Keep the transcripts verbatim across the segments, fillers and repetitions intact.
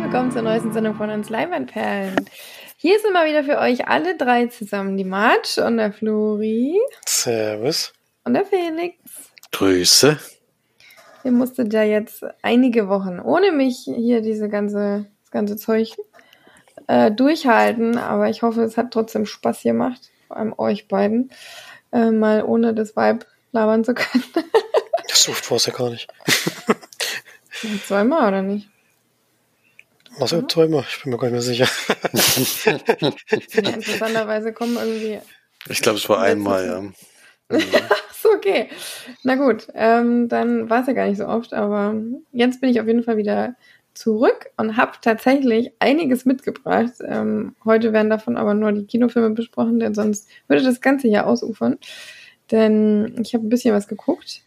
willkommen zur neuesten Sendung von uns Leinwandperlen. Hier sind mal wieder für euch alle drei zusammen, die Marge und der Flori. Servus. Und der Felix. Grüße. Ihr musstet ja jetzt einige Wochen ohne mich hier diese ganze, das ganze Zeug äh, durchhalten, aber ich hoffe, es hat trotzdem Spaß gemacht, vor allem euch beiden, äh, mal ohne das Vibe labern zu können. So oft war es ja gar nicht. Zweimal, oder nicht? Also mhm. zweimal, ich bin mir gar nicht mehr sicher. Ja, interessanterweise kommen irgendwie... Ich glaube, es war einmal, ja. Mhm. Ach so, okay. Na gut, ähm, dann war es ja gar nicht so oft, aber jetzt bin ich auf jeden Fall wieder zurück und habe tatsächlich einiges mitgebracht. Ähm, heute werden davon aber nur die Kinofilme besprochen, denn sonst würde das Ganze hier ausufern. Denn ich habe ein bisschen was geguckt.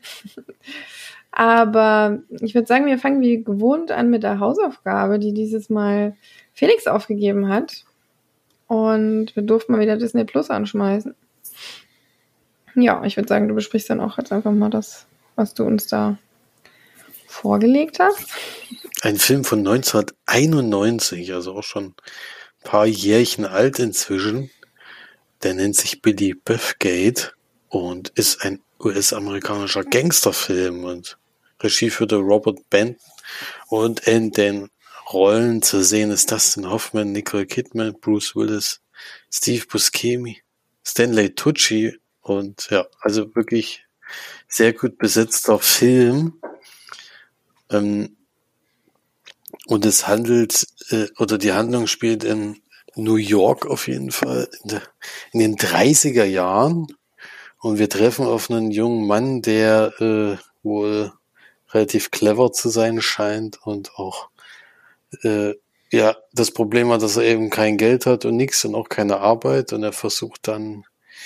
Aber ich würde sagen, wir fangen wie gewohnt an mit der Hausaufgabe, die dieses Mal Felix aufgegeben hat. Und wir durften mal wieder Disney Plus anschmeißen. Ja, ich würde sagen, du besprichst dann auch jetzt einfach mal das, was du uns da vorgelegt hast. Ein Film von neunzehnhunderteinundneunzig, also auch schon ein paar Jährchen alt inzwischen. Der nennt sich Billy Buffgate und ist ein U S-amerikanischer Gangsterfilm und Regie führte Robert Benton und in den Rollen zu sehen ist Dustin Hoffman, Nicole Kidman, Bruce Willis, Steve Buscemi, Stanley Tucci und ja, also wirklich sehr gut besetzter Film. Ähm, und es handelt, äh, oder die Handlung spielt in New York auf jeden Fall, in, der, in den dreißiger Jahren. Und wir treffen auf einen jungen Mann, der äh, wohl relativ clever zu sein scheint und auch äh, ja das Problem hat, dass er eben kein Geld hat und nichts und auch keine Arbeit. Und er versucht dann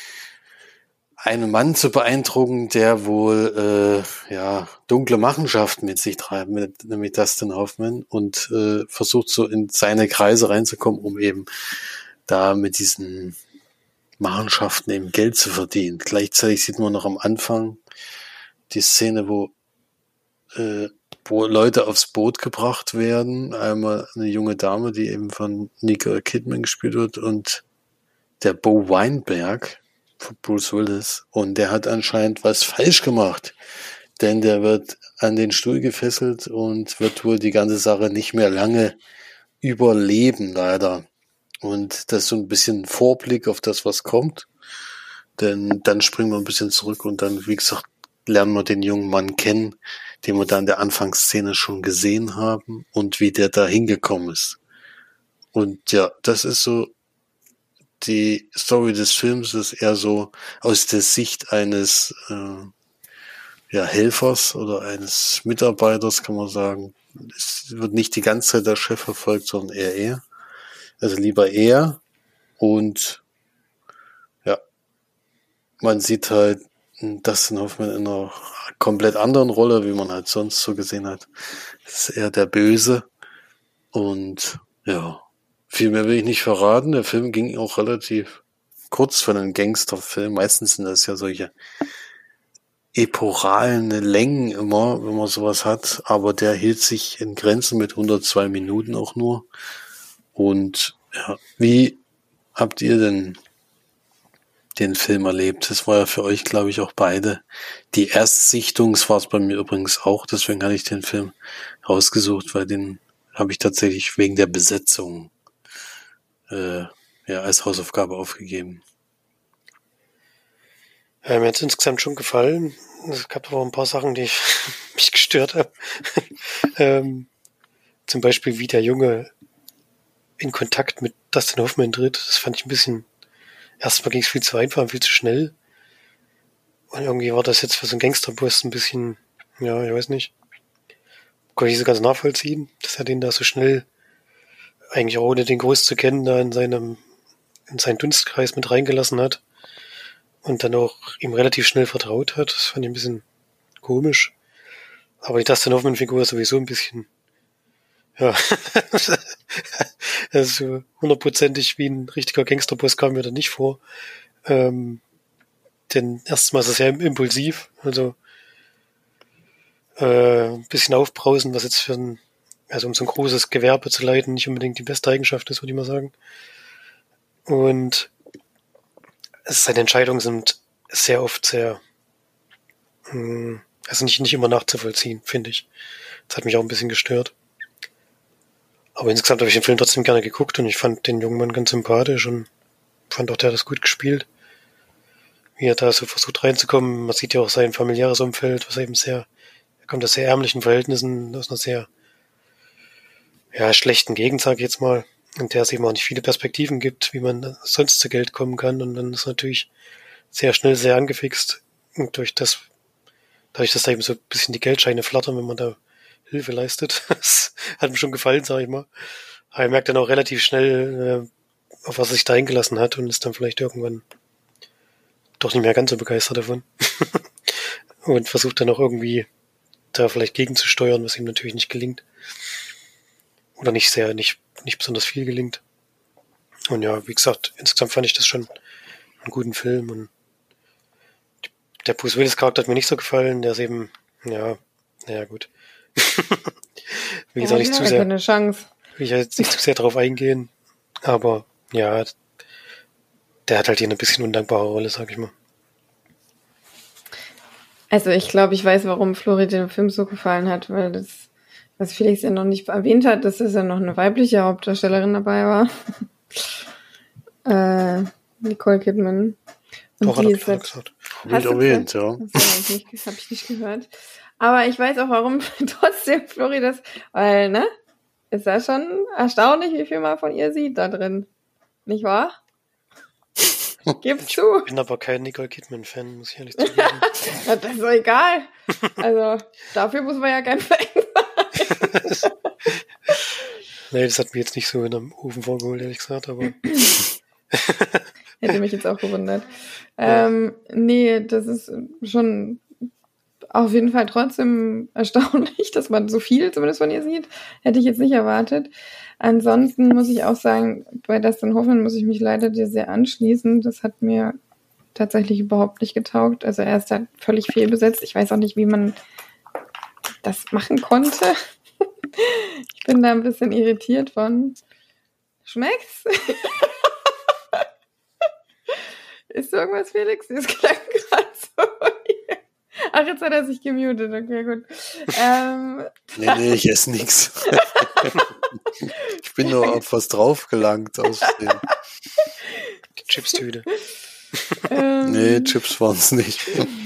einen Mann zu beeindrucken, der wohl äh, ja dunkle Machenschaften mit sich treibt, mit, nämlich Dustin Hoffman, und äh, versucht so in seine Kreise reinzukommen, um eben da mit diesen Machenschaften eben Geld zu verdienen. Gleichzeitig sieht man noch am Anfang die Szene, wo äh, wo Leute aufs Boot gebracht werden. Einmal eine junge Dame, die eben von Nicole Kidman gespielt wird, und der Bo Weinberg von Bruce Willis. Und der hat anscheinend was falsch gemacht, denn der wird an den Stuhl gefesselt und wird wohl die ganze Sache nicht mehr lange überleben, leider. Und das ist so ein bisschen Vorblick auf das, was kommt. Denn dann springen wir ein bisschen zurück und dann, wie gesagt, lernen wir den jungen Mann kennen, den wir da in der Anfangsszene schon gesehen haben und wie der da hingekommen ist. Und ja, das ist so, die Story des Films ist eher so aus der Sicht eines äh, ja, Helfers oder eines Mitarbeiters, kann man sagen. Es wird nicht die ganze Zeit der Chef verfolgt, sondern eher er. Also lieber er. Und ja, man sieht halt Dustin Hoffman in einer komplett anderen Rolle, wie man halt sonst so gesehen hat. Das ist eher der Böse. Und ja, viel mehr will ich nicht verraten. Der Film ging auch relativ kurz für einen Gangsterfilm. Meistens sind das ja solche epochalen Längen immer, wenn man sowas hat. Aber der hielt sich in Grenzen mit hundertzwei Minuten auch nur. Und ja, wie habt ihr denn den Film erlebt? Das war ja für euch, glaube ich, auch beide die Erstsichtung. Das war es bei mir übrigens auch. Deswegen hatte ich den Film rausgesucht, weil den habe ich tatsächlich wegen der Besetzung äh, ja als Hausaufgabe aufgegeben. Ja, mir hat es insgesamt schon gefallen. Es gab aber ein paar Sachen, die mich gestört haben. ähm, zum Beispiel, wie der Junge in Kontakt mit Dustin Hoffman tritt. Das fand ich ein bisschen... Erstmal ging es viel zu einfach und viel zu schnell. Und irgendwie war das jetzt für so einen Gangsterboss ein bisschen, ja, ich weiß nicht. Kann ich so ganz nachvollziehen, dass er den da so schnell, eigentlich auch ohne den groß zu kennen, da in seinem, in seinen Dunstkreis mit reingelassen hat. Und dann auch ihm relativ schnell vertraut hat. Das fand ich ein bisschen komisch. Aber die Dustin Hoffman-Figur ist sowieso ein bisschen, ja, also hundertprozentig wie ein richtiger Gangsterboss kam mir da nicht vor. Ähm, denn erstmal ist es ja impulsiv, also äh, ein bisschen aufbrausen, was jetzt für einen also um so ein großes Gewerbe zu leiten, nicht unbedingt die beste Eigenschaft ist, würde ich mal sagen. Und seine Entscheidungen sind sehr oft sehr, also nicht, nicht immer nachzuvollziehen, finde ich. Das hat mich auch ein bisschen gestört. Aber insgesamt habe ich den Film trotzdem gerne geguckt und ich fand den jungen Mann ganz sympathisch und fand auch, der hat das gut gespielt. Wie er da so versucht reinzukommen. Man sieht ja auch sein familiäres Umfeld, was eben sehr, er kommt aus sehr ärmlichen Verhältnissen, aus einer sehr, ja, schlechten Gegend, sage ich jetzt mal, in der es eben auch nicht viele Perspektiven gibt, wie man sonst zu Geld kommen kann. Und dann ist natürlich sehr schnell sehr angefixt und durch das, dadurch, dass da eben so ein bisschen die Geldscheine flattern, wenn man da Hilfe leistet. Das hat mir schon gefallen, sag ich mal. Aber er merkt dann auch relativ schnell, äh, auf was er sich da eingelassen hat und ist dann vielleicht irgendwann doch nicht mehr ganz so begeistert davon. Und versucht dann auch irgendwie da vielleicht gegenzusteuern, was ihm natürlich nicht gelingt. Oder nicht sehr, nicht, nicht besonders viel gelingt. Und ja, wie gesagt, insgesamt fand ich das schon einen guten Film und der Bruce Willis Charakter hat mir nicht so gefallen, der ist eben, ja, naja, gut. Wie gesagt, ja, nicht zu ja, sehr, keine Chance. will ich jetzt nicht zu sehr drauf eingehen, aber ja, der hat halt hier eine bisschen undankbare Rolle, sag ich mal. Also ich glaube, ich weiß, warum Flori den Film so gefallen hat, weil das, was Felix ja noch nicht erwähnt hat, dass es ja noch eine weibliche Hauptdarstellerin dabei war. äh, Nicole Kidman. Und Doch, hat die er ist halt, Hab ich Hast du erwähnt, gesagt? ja. Das habe ich, nicht- hab ich nicht gehört. Aber ich weiß auch, warum trotzdem Flori das, weil, ne? Ist ja schon erstaunlich, wie viel man von ihr sieht da drin. Nicht wahr? Gib's zu. Ich bin aber kein Nicole Kidman-Fan, muss ich ehrlich zugeben. Ja, das ist doch egal. Also, dafür muss man ja kein Fan sein. Nee, das hat mir jetzt nicht so in einem Ofen vorgeholt, ehrlich gesagt, aber Hätte mich jetzt auch gewundert. Ähm, nee, das ist schon auf jeden Fall trotzdem erstaunlich, dass man so viel zumindest von ihr sieht. Hätte ich jetzt nicht erwartet. Ansonsten muss ich auch sagen, bei Dustin Hoffman muss ich mich leider dir sehr anschließen. Das hat mir tatsächlich überhaupt nicht getaugt. Also er ist da völlig fehlbesetzt. Ich weiß auch nicht, wie man das machen konnte. Ich bin da ein bisschen irritiert von. Schmeckt's? Ist irgendwas, Felix? Das klang gerade so. Ach, jetzt hat er sich gemutet. Okay, gut. Ähm, Nee, nee, ich esse nichts. Ich bin nur auf was draufgelangt aus dem. die Chipstüte. ähm, Nee, Chips waren es nicht.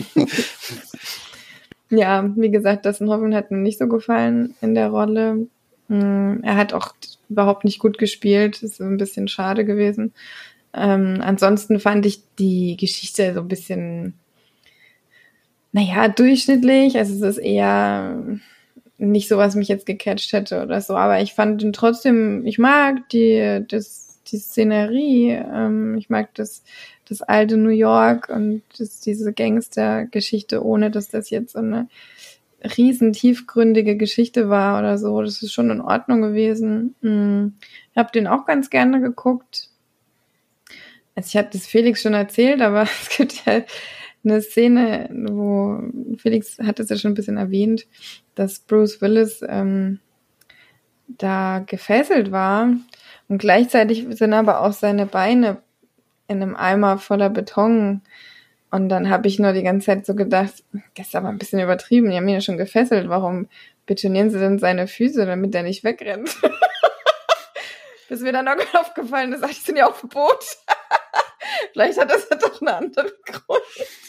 Ja, wie gesagt, Dustin Hoffman hat mir nicht so gefallen in der Rolle. Mm, Er hat auch überhaupt nicht gut gespielt. Das ist ein bisschen schade gewesen. Ähm, ansonsten fand ich die Geschichte so ein bisschen, naja, durchschnittlich. Also es ist eher nicht so, was mich jetzt gecatcht hätte oder so. Aber ich fand ihn trotzdem, ich mag die, das, die Szenerie. Ähm, ich mag das, das alte New York und das, diese Gangster-Geschichte, ohne dass das jetzt so eine riesen tiefgründige Geschichte war oder so. Das ist schon in Ordnung gewesen. Mm, Ich habe den auch ganz gerne geguckt. Also ich habe das Felix schon erzählt, aber es gibt ja eine Szene, wo Felix hat es ja schon ein bisschen erwähnt, dass Bruce Willis ähm, da gefesselt war und gleichzeitig sind aber auch seine Beine in einem Eimer voller Beton. Und dann habe ich nur die ganze Zeit so gedacht, das ist aber ein bisschen übertrieben, die haben ihn ja schon gefesselt, warum betonieren sie denn seine Füße, damit er nicht wegrennt? Bis mir dann auch aufgefallen ist, ach, die sind ja auf dem Boot. Vielleicht hat das ja doch einen anderen Grund.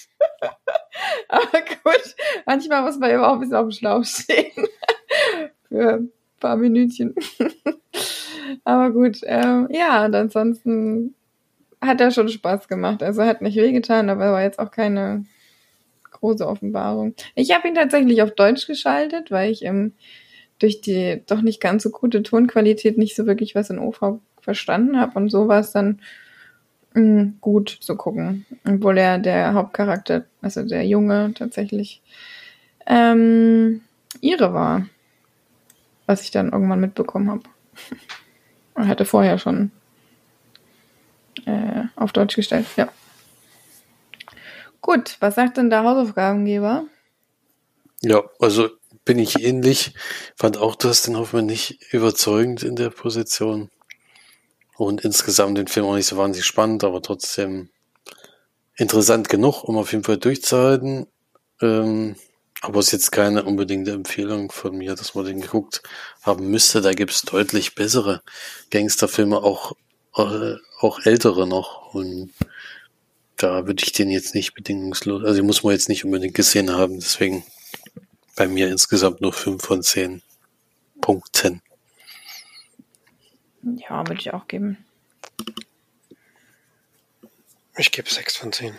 Aber gut, manchmal muss man eben auch ein bisschen auf dem Schlauch stehen. Für ein paar Minütchen. Aber gut, ähm, ja, und ansonsten hat er schon Spaß gemacht. Also hat nicht wehgetan, aber war jetzt auch keine große Offenbarung. Ich habe ihn tatsächlich auf Deutsch geschaltet, weil ich ähm, durch die doch nicht ganz so gute Tonqualität nicht so wirklich was in O V verstanden habe. Und so war es dann mh, gut zu gucken. Obwohl er der Hauptcharakter, also der Junge tatsächlich ähm, Ire war. Was ich dann irgendwann mitbekommen habe. Er hatte vorher schon äh, auf Deutsch gestellt, ja. Gut, was sagt denn der Hausaufgabengeber? Ja, also bin ich ähnlich. Fand auch Dustin Hoffman nicht überzeugend in der Position. Und insgesamt den Film auch nicht so wahnsinnig spannend, aber trotzdem interessant genug, um auf jeden Fall durchzuhalten. Ähm, aber es ist jetzt keine unbedingte Empfehlung von mir, dass man den geguckt haben müsste. Da gibt es deutlich bessere Gangsterfilme, auch, äh, auch ältere noch. Und da würde ich den jetzt nicht bedingungslos, also den muss man jetzt nicht unbedingt gesehen haben. Deswegen bei mir insgesamt nur fünf von zehn Punkten. Ja, würde ich auch geben. Ich gebe sechs von zehn.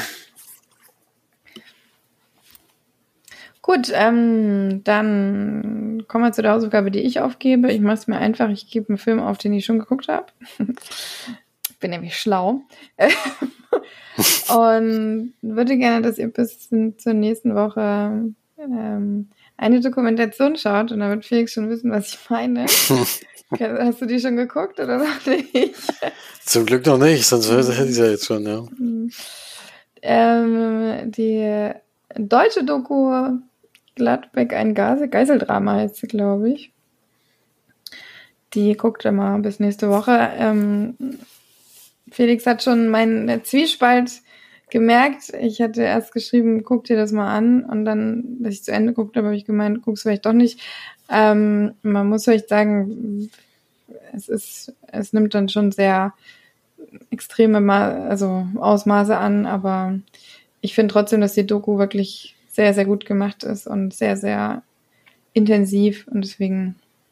Gut, ähm, dann kommen wir zu der Hausaufgabe, die ich aufgebe. Ich mache es mir einfach, ich gebe einen Film auf, den ich schon geguckt habe. Ich bin nämlich schlau. Und würde gerne, dass ihr bis zur nächsten Woche ähm, eine Dokumentation schaut. Und da wird Felix schon wissen, was ich meine. Hast du die schon geguckt oder noch nicht? Zum Glück noch nicht, sonst hätte ich es ja jetzt schon, ja. Ähm, die deutsche Doku Gladbeck, ein Geisel- Geiseldrama heißt sie, glaube ich. Die guckt immer bis nächste Woche. Ähm, Felix hat schon meinen Zwiespalt gemerkt. Ich hatte erst geschrieben, guck dir das mal an. Und dann, dass ich zu Ende geguckt habe, habe ich gemeint, guck's vielleicht doch nicht. Ähm, man muss vielleicht sagen, es ist, es nimmt dann schon sehr extreme Ma- also Ausmaße an, aber ich finde trotzdem, dass die Doku wirklich sehr, sehr gut gemacht ist und sehr, sehr intensiv und deswegen.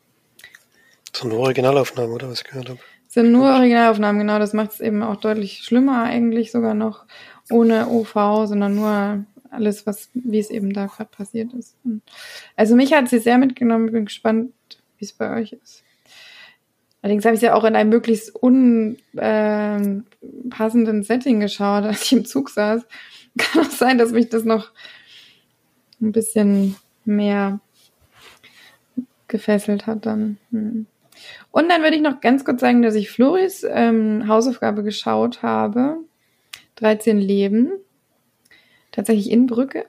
Das sind nur Originalaufnahmen, oder was ich gehört habe? Sind nur Originalaufnahmen, genau, das macht es eben auch deutlich schlimmer eigentlich sogar noch, ohne O V, sondern nur alles, was, wie es eben da gerade passiert ist. Also mich hat sie sehr mitgenommen, bin gespannt, wie es bei euch ist. Allerdings habe ich es ja auch in einem möglichst unpassenden äh, Setting geschaut, als ich im Zug saß. Kann auch sein, dass mich das noch ein bisschen mehr gefesselt hat dann. Hm. Und dann würde ich noch ganz kurz sagen, dass ich Floris ähm, Hausaufgabe geschaut habe. dreizehn Leben. Tatsächlich in Brücke.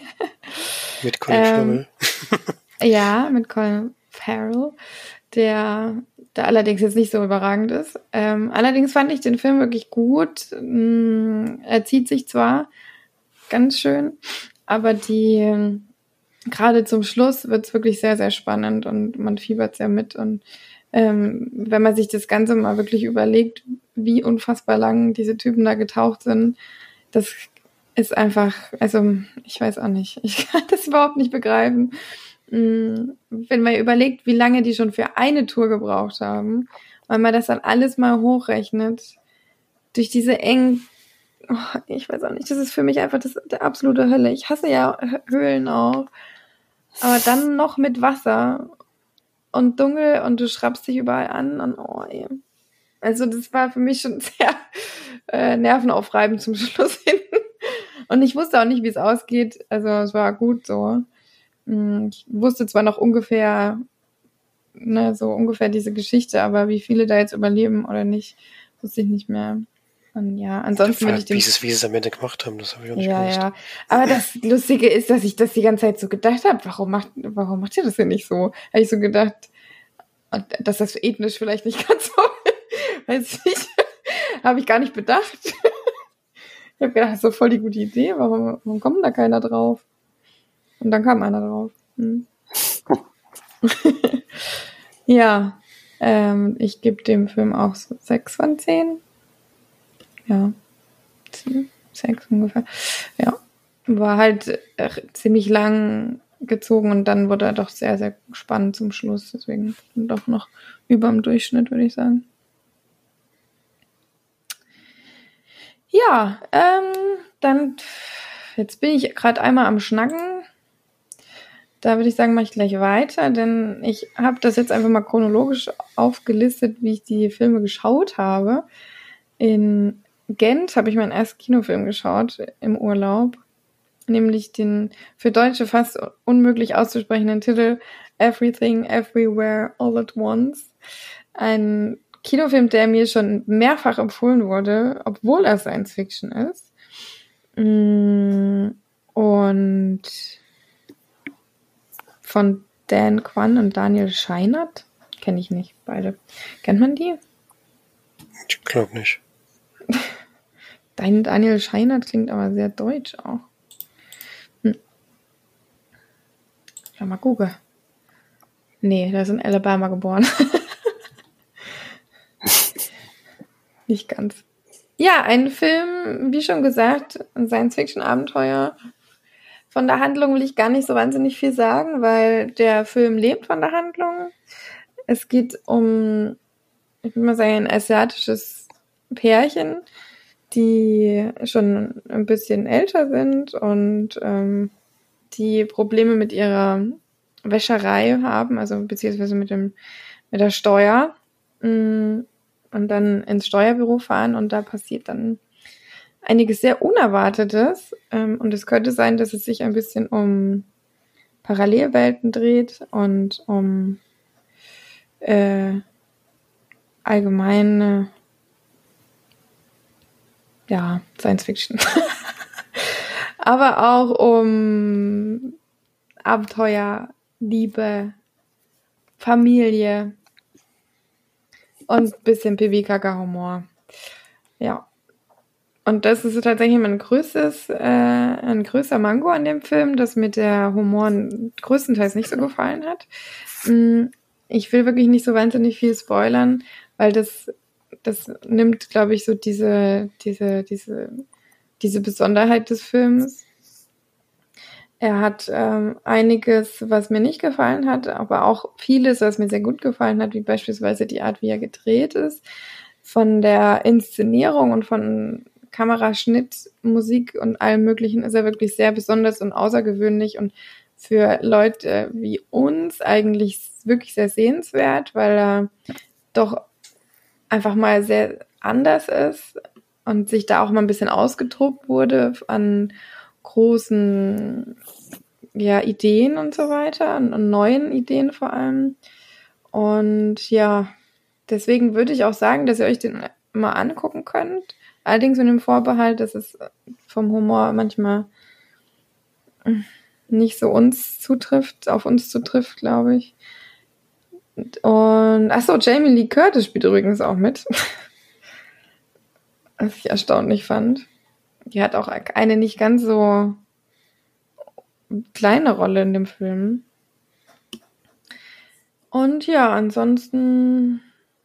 Mit Colin Farrell. Ja, mit Colin Farrell, der, der allerdings jetzt nicht so überragend ist. Ähm, allerdings fand ich den Film wirklich gut. Ähm, er zieht sich zwar ganz schön, aber die gerade zum Schluss wird es wirklich sehr, sehr spannend und man fiebert sehr mit. Und ähm, wenn man sich das Ganze mal wirklich überlegt, wie unfassbar lang diese Typen da getaucht sind, das ist einfach, also ich weiß auch nicht, ich kann das überhaupt nicht begreifen. Wenn man überlegt, wie lange die schon für eine Tour gebraucht haben, weil man das dann alles mal hochrechnet, durch diese engen, oh, ich weiß auch nicht, das ist für mich einfach das, der absolute Hölle. Ich hasse ja Höhlen auch, aber dann noch mit Wasser und dunkel und du schraubst dich überall an und oh ey. Also das war für mich schon sehr äh, nervenaufreibend zum Schluss hin. Und ich wusste auch nicht, wie es ausgeht, also es war gut so. Ich wusste zwar noch ungefähr, ne, so ungefähr diese Geschichte, aber wie viele da jetzt überleben oder nicht, wusste ich nicht mehr. Und ja, ansonsten würde ich den... Wie sie es, wie sie es am Ende gemacht haben, das habe ich auch nicht ja, gewusst. Ja, aber das Lustige ist, dass ich das die ganze Zeit so gedacht habe, warum macht, warum macht ihr das denn nicht so? Habe ich so gedacht, dass das ethnisch vielleicht nicht ganz so, weiß ich nicht, habe ich gar nicht bedacht. Ich habe gedacht, das ist so voll die gute Idee, warum, warum kommt da keiner drauf? Und dann kam einer drauf. Hm. Ja, ähm, ich gebe dem Film auch so sechs von zehn. Ja, sechs ungefähr. Ja, war halt äh, ziemlich lang gezogen und dann wurde er doch sehr, sehr spannend zum Schluss. Deswegen doch noch über dem Durchschnitt, würde ich sagen. Ja, ähm, dann, jetzt bin ich gerade einmal am Schnacken. Da würde ich sagen, mache ich gleich weiter, denn ich habe das jetzt einfach mal chronologisch aufgelistet, wie ich die Filme geschaut habe. In Gent habe ich meinen ersten Kinofilm geschaut im Urlaub, nämlich den für Deutsche fast unmöglich auszusprechenden Titel Everything, Everywhere, All at Once. Ein Kinofilm, der mir schon mehrfach empfohlen wurde, obwohl er Science Fiction ist. Und von Dan Kwan und Daniel Scheinert. Kenne ich nicht, beide. Kennt man die? Ich glaube nicht. Dein Daniel Scheinert klingt aber sehr deutsch auch. Hm. Schau mal, Google. Nee, der ist in Alabama geboren. Nicht ganz. Ja, ein Film, wie schon gesagt, ein Science-Fiction-Abenteuer. Von der Handlung will ich gar nicht so wahnsinnig viel sagen, weil der Film lebt von der Handlung. Es geht um, ich würde mal sagen, ein asiatisches Pärchen, die schon ein bisschen älter sind und ähm, die Probleme mit ihrer Wäscherei haben, also beziehungsweise mit dem mit der Steuer, und dann ins Steuerbüro fahren und da passiert dann einiges sehr Unerwartetes, ähm, und es könnte sein, dass es sich ein bisschen um Parallelwelten dreht und um äh, allgemeine ja, Science Fiction. Aber auch um Abenteuer, Liebe, Familie und ein bisschen Pipi-Kaka-Humor. Ja. Und das ist tatsächlich mein größtes, äh, ein größter Manko an dem Film, das mit der Humor größtenteils nicht so gefallen hat. Ich will wirklich nicht so wahnsinnig viel spoilern, weil das, das nimmt, glaube ich, so diese, diese, diese, diese Besonderheit des Films. Er hat ähm, einiges, was mir nicht gefallen hat, aber auch vieles, was mir sehr gut gefallen hat, wie beispielsweise die Art, wie er gedreht ist. Von der Inszenierung und von Kameraschnitt, Musik und allem Möglichen ist er wirklich sehr besonders und außergewöhnlich und für Leute wie uns eigentlich wirklich sehr sehenswert, weil er doch einfach mal sehr anders ist und sich da auch mal ein bisschen ausgetobt wurde an großen ja, Ideen und so weiter und, und neuen Ideen vor allem. Und ja, deswegen würde ich auch sagen, dass ihr euch den mal angucken könnt. Allerdings mit dem Vorbehalt, dass es vom Humor manchmal nicht so uns zutrifft, auf uns zutrifft, glaube ich. Und achso, Jamie Lee Curtis spielt übrigens auch mit. Was ich erstaunlich fand. Die hat auch eine nicht ganz so kleine Rolle in dem Film. Und ja, ansonsten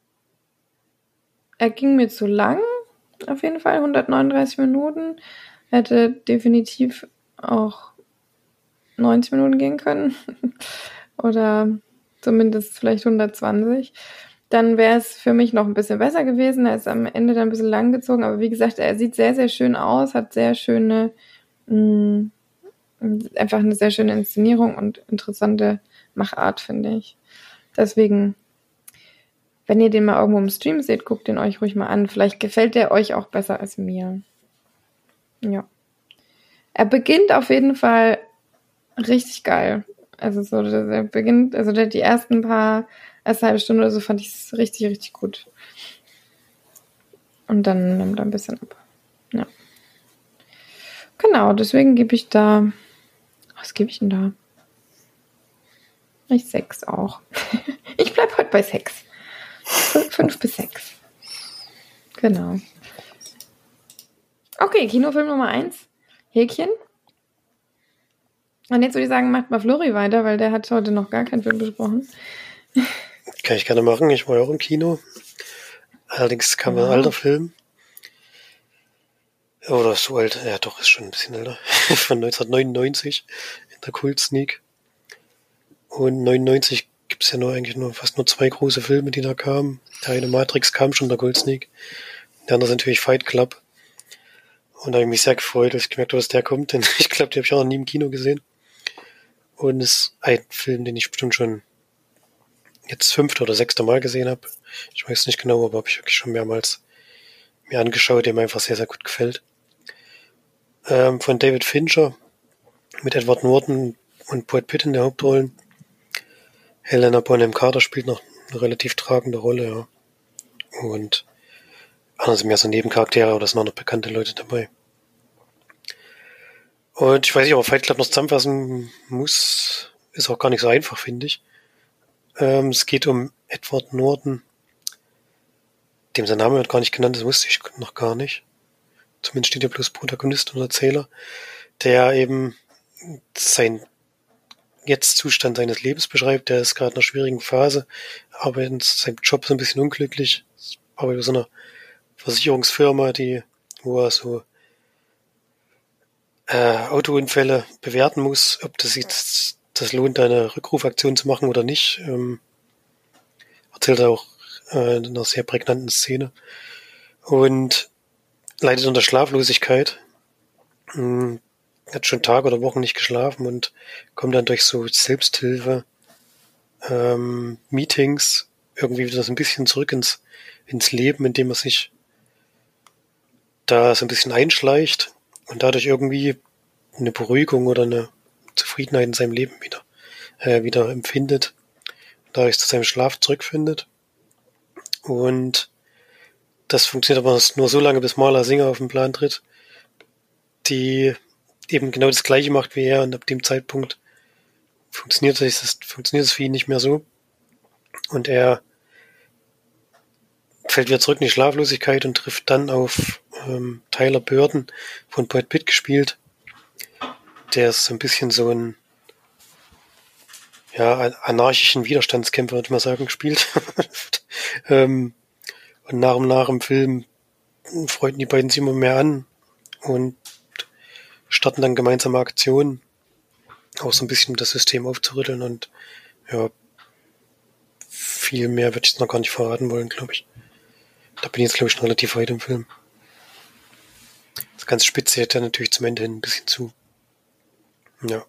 er ging mir zu lang, auf jeden Fall, hundertneununddreißig Minuten. Hätte definitiv auch neunzig Minuten gehen können. Oder zumindest vielleicht hundertzwanzig. Dann wäre es für mich noch ein bisschen besser gewesen. Er ist am Ende dann ein bisschen lang gezogen. Aber wie gesagt, er sieht sehr, sehr schön aus, hat sehr schöne, mh, einfach eine sehr schöne Inszenierung und interessante Machart, finde ich. Deswegen, wenn ihr den mal irgendwo im Stream seht, guckt den euch ruhig mal an. Vielleicht gefällt der euch auch besser als mir. Ja. Er beginnt auf jeden Fall richtig geil. Also so, der beginnt, also der, die ersten paar, erste halbe Stunde oder so fand ich es richtig, richtig gut. Und dann nimmt er ein bisschen ab. Ja. Genau, deswegen gebe ich da, was gebe ich denn da? Ich sechs auch. Ich bleib heute bei sechs. Fünf bis sechs. Genau. Okay, Kinofilm Nummer eins. Häkchen. Und jetzt würde ich sagen, macht mal Flori weiter, weil der hat heute noch gar keinen Film besprochen. Kann ich gerne machen. Ich war ja auch im Kino. Allerdings kam wow. ein alter Film. Oder so alt. Ja, doch, ist schon ein bisschen älter. Von neunzehnhundertneunundneunzig in der Kult Sneak. Und neunundneunzig gibt es ja nur eigentlich nur fast nur zwei große Filme, die da kamen. Der eine Matrix kam schon, der Kult Sneak. Der andere ist natürlich Fight Club. Und da habe ich mich sehr gefreut, dass ich gemerkt habe, dass der kommt, denn ich glaube, die habe ich auch noch nie im Kino gesehen. Und es ist ein Film, den ich bestimmt schon jetzt fünfte oder sechste Mal gesehen habe. Ich weiß nicht genau, aber habe ich wirklich schon mehrmals mir angeschaut, der mir einfach sehr, sehr gut gefällt. Ähm, von David Fincher mit Edward Norton und Brad Pitt in der Hauptrollen. Helena Bonham Carter spielt noch eine relativ tragende Rolle, ja. Und andere sind mehr so Nebencharaktere, oder sind auch noch bekannte Leute dabei. Und ich weiß nicht, ob man Fight Club noch zusammenfassen muss. ist auch gar nicht so einfach, finde ich. Ähm, es geht um Edward Norton, dem sein Name wird gar nicht genannt, das wusste ich noch gar nicht. Zumindest steht ja bloß Protagonist und Erzähler, der eben sein Jetzt-Zustand seines Lebens beschreibt. Der ist gerade in einer schwierigen Phase, arbeitet in seinem Job so ein bisschen unglücklich, arbeitet bei so einer Versicherungsfirma, die, wo er so äh, Autounfälle bewerten muss, ob das jetzt das lohnt, eine Rückrufaktion zu machen oder nicht. Ähm, erzählt er auch äh, in einer sehr prägnanten Szene. Und leidet unter Schlaflosigkeit. Ähm, hat schon Tage oder Wochen nicht geschlafen und kommt dann durch so Selbsthilfe ähm, Meetings irgendwie wieder so ein bisschen zurück ins, ins Leben, indem er sich da so ein bisschen einschleicht und dadurch irgendwie eine Beruhigung oder eine Zufriedenheit in seinem Leben wieder, äh, wieder empfindet, dadurch zu seinem Schlaf zurückfindet. Und das funktioniert aber nur so lange, bis Marla Singer auf den Plan tritt, die eben genau das Gleiche macht wie er, und ab dem Zeitpunkt funktioniert es, funktioniert es für ihn nicht mehr so. Und er fällt wieder zurück in die Schlaflosigkeit und trifft dann auf ähm, Tyler Durden, von Brad Pitt gespielt. Der ist so ein bisschen so ein ja, anarchischen Widerstandskämpfer, würde ich mal sagen, gespielt. ähm, und nach und nach im Film freunden die beiden sich immer mehr an und starten dann gemeinsame Aktionen, auch so ein bisschen das System aufzurütteln, und ja, viel mehr würde ich jetzt noch gar nicht verraten wollen, glaube ich. Da bin ich jetzt, glaube ich, schon relativ weit im Film. Das ganze Spitze hält ja natürlich zum Ende hin ein bisschen zu. Ja.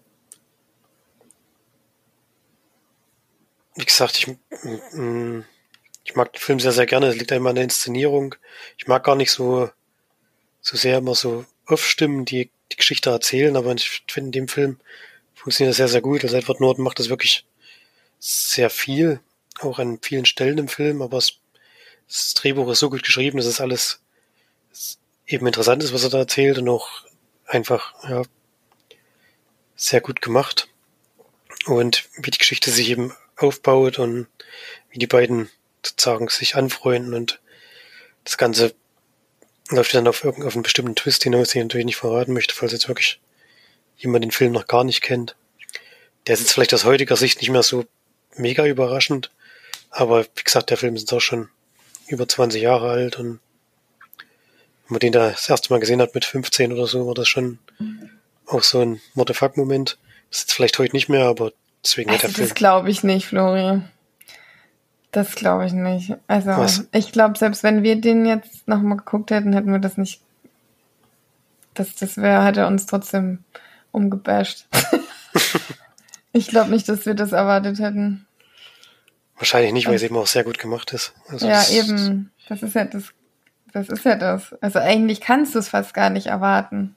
Wie gesagt, ich, ich mag den Film sehr, sehr gerne. Es liegt einmal an der Inszenierung. Ich mag gar nicht so, so sehr immer so Off-Stimmen, die die Geschichte erzählen, aber ich finde, in dem Film funktioniert das sehr, sehr gut. Also Edward Norton macht das wirklich sehr viel, auch an vielen Stellen im Film, aber es, das Drehbuch ist so gut geschrieben, dass es alles eben interessant ist, was er da erzählt, und auch einfach ja, sehr gut gemacht. Und wie die Geschichte sich eben aufbaut und wie die beiden sozusagen sich anfreunden, und das Ganze läuft dann auf irgendeinen auf einen bestimmten Twist hinaus, den ich natürlich nicht verraten möchte, falls jetzt wirklich jemand den Film noch gar nicht kennt. Der ist jetzt vielleicht aus heutiger Sicht nicht mehr so mega überraschend, aber wie gesagt, der Film ist jetzt auch schon über zwanzig Jahre alt, und wenn man den da das erste Mal gesehen hat mit fünfzehn oder so, war das schon auch so ein What the fuck-Moment. Das ist jetzt vielleicht heute nicht mehr, aber deswegen also hat der Film... Das glaube ich nicht, Flori. Das glaube ich nicht. Also Was? Ich glaube, selbst wenn wir den jetzt nochmal geguckt hätten, hätten wir das nicht... Das, das wäre, hätte uns trotzdem umgebasht. Ich glaube nicht, dass wir das erwartet hätten. Wahrscheinlich nicht, weil es eben auch sehr gut gemacht ist. Also ja, das, eben. Das ist ja das. Das ist ja das. Also eigentlich kannst du es fast gar nicht erwarten.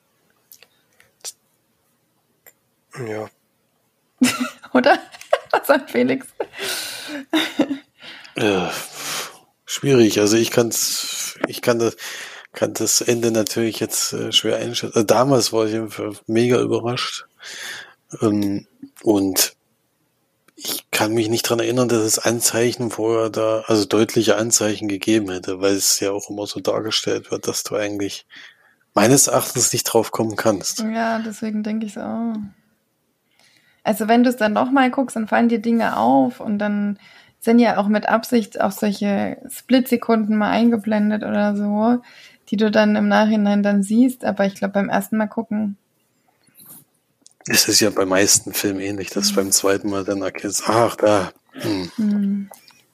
Ja. Oder? Was sagt Felix? Äh, schwierig. Also ich kann's, ich kann das, kann das Ende natürlich jetzt äh, schwer einschätzen. Also damals war ich einfach mega überrascht. Ähm, und ich kann mich nicht dran erinnern, dass es Anzeichen vorher da, also deutliche Anzeichen gegeben hätte, weil es ja auch immer so dargestellt wird, dass du eigentlich meines Erachtens nicht drauf kommen kannst. Ja, deswegen denke ich so. Also wenn du es dann nochmal guckst, dann fallen dir Dinge auf, und dann sind ja auch mit Absicht auch solche Splitsekunden mal eingeblendet oder so, die du dann im Nachhinein dann siehst. Aber ich glaube, beim ersten Mal gucken... Es ist ja bei meisten Filmen ähnlich, dass du beim zweiten Mal dann erkennst, ach, da. Hm. Hm.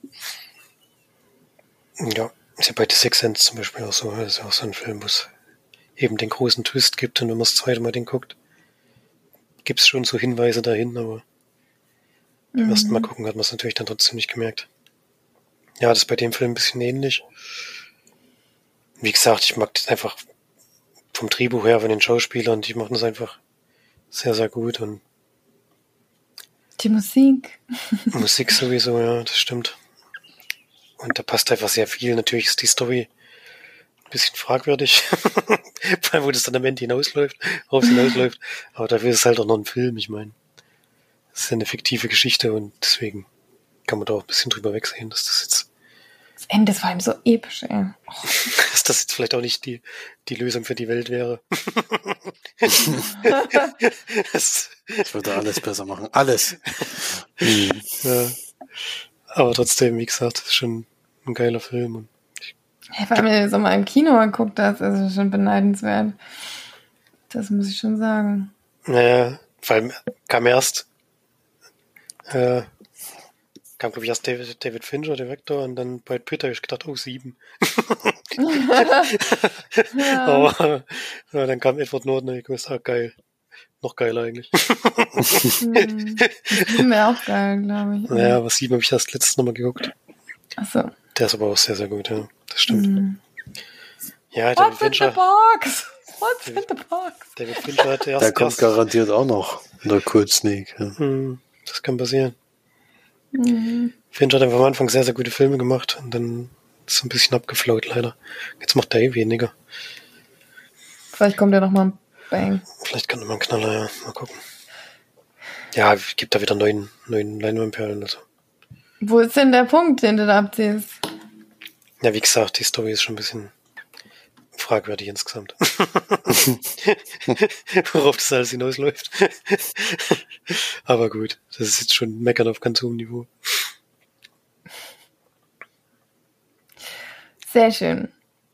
Ja, ist ja bei The Sixth Sense zum Beispiel auch so. Das ist ja auch so ein Film, wo es eben den großen Twist gibt, und wenn man das zweite Mal den guckt, gibt es schon so Hinweise dahin, aber beim Mhm. ersten Mal gucken hat man es natürlich dann trotzdem nicht gemerkt. Ja, das ist bei dem Film ein bisschen ähnlich. Wie gesagt, ich mag das einfach vom Drehbuch her, von den Schauspielern, die machen das einfach sehr, sehr gut, und Die Musik. Musik sowieso, ja, das stimmt. Und da passt einfach sehr viel. Natürlich ist die Story ein bisschen fragwürdig, vor allem, wo das dann am Ende hinausläuft, worauf es hinausläuft. Aber dafür ist es halt auch noch ein Film, ich meine. das ist ja eine fiktive Geschichte und deswegen kann man da auch ein bisschen drüber wegsehen, dass das jetzt Das Ende ist vor allem so episch, ey. Oh. dass das jetzt vielleicht auch nicht die, die Lösung für die Welt wäre. das, Ich würde alles besser machen. Alles. ja. Aber trotzdem, wie gesagt, das ist schon ein geiler Film. Und Ja, vor allem, wenn du so mal im Kino geguckt hast, ist es schon beneidenswert. Das muss ich schon sagen. naja, vor allem kam erst, äh, kam, glaube ich, erst David, David Fincher, Direktor, und dann Brad Pitt, da hab ich gedacht, oh, sieben. Ja. Aber ja, dann kam Edward Norton und ich gesagt, ah, geil. Noch geiler eigentlich. Hm. Das wäre auch geil, glaube ich. Naja, aber sieben habe ich erst letztes nochmal geguckt. Achso. Der ist aber auch sehr, sehr gut, ja. Das stimmt. Hm. Ja, David What's in the Fincher, box? What's in the box? David Fincher hatte erst, Der kommt erst garantiert auch noch in der Cold Sneak. Ja. hm, das kann passieren. Hm. Fincher hat einfach am Anfang sehr, sehr gute Filme gemacht und dann ist es ein bisschen abgeflaut, leider. Jetzt macht er eh weniger. Vielleicht kommt ja nochmal ein Bang. Vielleicht kann er mal einen Knaller, ja. Mal gucken. Ja, gibt da wieder neun, neun Leinwandperlen. Also. Wo ist denn der Punkt, den du da abziehst? Ja, wie gesagt, die Story ist schon ein bisschen fragwürdig insgesamt. Worauf das alles hinausläuft. Aber gut, das ist jetzt schon Meckern auf ganz hohem Niveau. Sehr schön.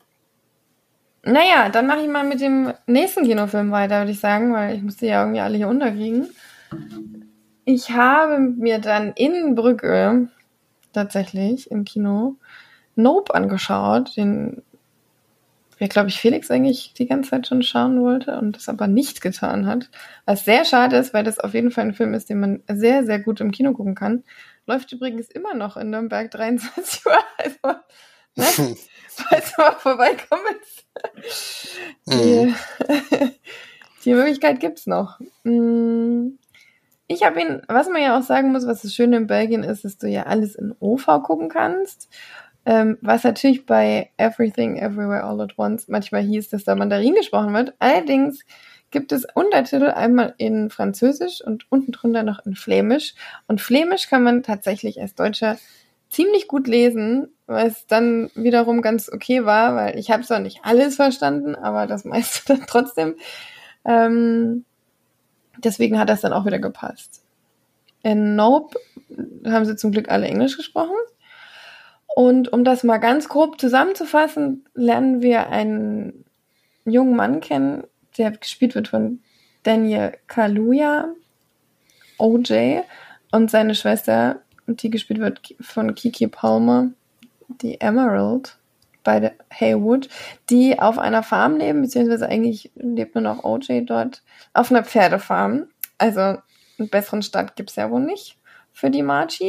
Naja, dann mache ich mal mit dem nächsten Kinofilm weiter, würde ich sagen, weil ich muss die ja irgendwie alle hier unterkriegen. Ich habe mir dann in Brügge tatsächlich im Kino Nope angeschaut, den wir, glaube ich, Felix eigentlich die ganze Zeit schon schauen wollte und das aber nicht getan hat. Was sehr schade ist, weil das auf jeden Fall ein Film ist, den man sehr, sehr gut im Kino gucken kann. Läuft übrigens immer noch in Nürnberg dreiundzwanzig Uhr. Also, ne? Falls du mal vorbeikommen willst. Die, die Möglichkeit gibt's noch. Ich habe ihn, was man ja auch sagen muss, was das Schöne in Belgien ist, dass du ja alles in O V gucken kannst. Ähm, was natürlich bei Everything Everywhere All at Once manchmal hieß, dass da Mandarin gesprochen wird. Allerdings gibt es Untertitel einmal in Französisch und unten drunter noch in Flämisch. Und Flämisch kann man tatsächlich als Deutscher ziemlich gut lesen, was dann wiederum ganz okay war, weil ich habe zwar nicht alles verstanden, aber das meiste dann trotzdem. Ähm, deswegen hat das dann auch wieder gepasst. In Nope haben sie zum Glück alle Englisch gesprochen. Und um das mal ganz grob zusammenzufassen, lernen wir einen jungen Mann kennen, der gespielt wird von Daniel Kaluuya, O J, und seine Schwester, die gespielt wird von Keke Palmer, die Emerald, beide Haywood, die auf einer Farm leben, beziehungsweise eigentlich lebt nur noch O J dort, auf einer Pferdefarm. Also einen besseren Start gibt's ja wohl nicht für die Marchi.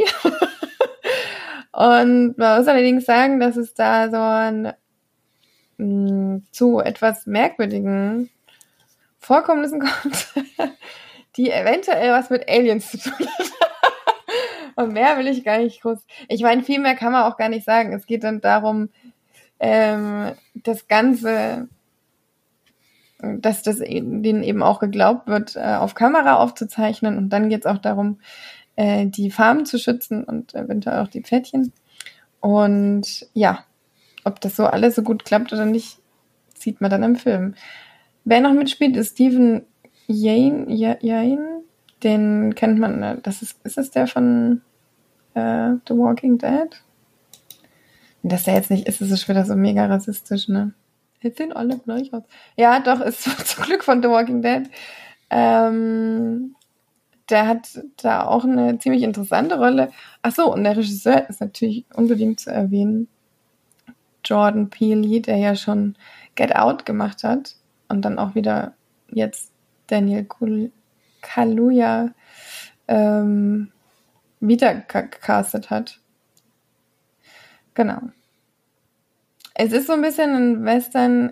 Und man muss allerdings sagen, dass es da so ein mh, zu etwas merkwürdigen Vorkommnissen kommt, die eventuell was mit Aliens zu tun haben. Und mehr will ich gar nicht groß. Ich meine, viel mehr kann man auch gar nicht sagen. Es geht dann darum, ähm, das Ganze, dass das denen eben auch geglaubt wird, äh, auf Kamera aufzuzeichnen. Und dann geht es auch darum, äh, die Farmen zu schützen und eventuell auch die Pferdchen. Und ja, ob das so alles so gut klappt oder nicht, sieht man dann im Film. Wer noch mitspielt, ist Steven Yeun. Yeun. Den kennt man, das ist, ist das der von äh, The Walking Dead? Und dass der jetzt nicht ist, ist es wieder so mega rassistisch, ne? Jetzt sehen alle gleich aus. Ja, doch, ist zum Glück von The Walking Dead. Ähm, der hat da auch eine ziemlich interessante Rolle. Ach so, und der Regisseur ist natürlich unbedingt zu erwähnen. Jordan Peele, der ja schon Get Out gemacht hat und dann auch wieder jetzt Daniel Kul- Kaluuya ähm, wieder gecastet hat. Genau. Es ist so ein bisschen ein Western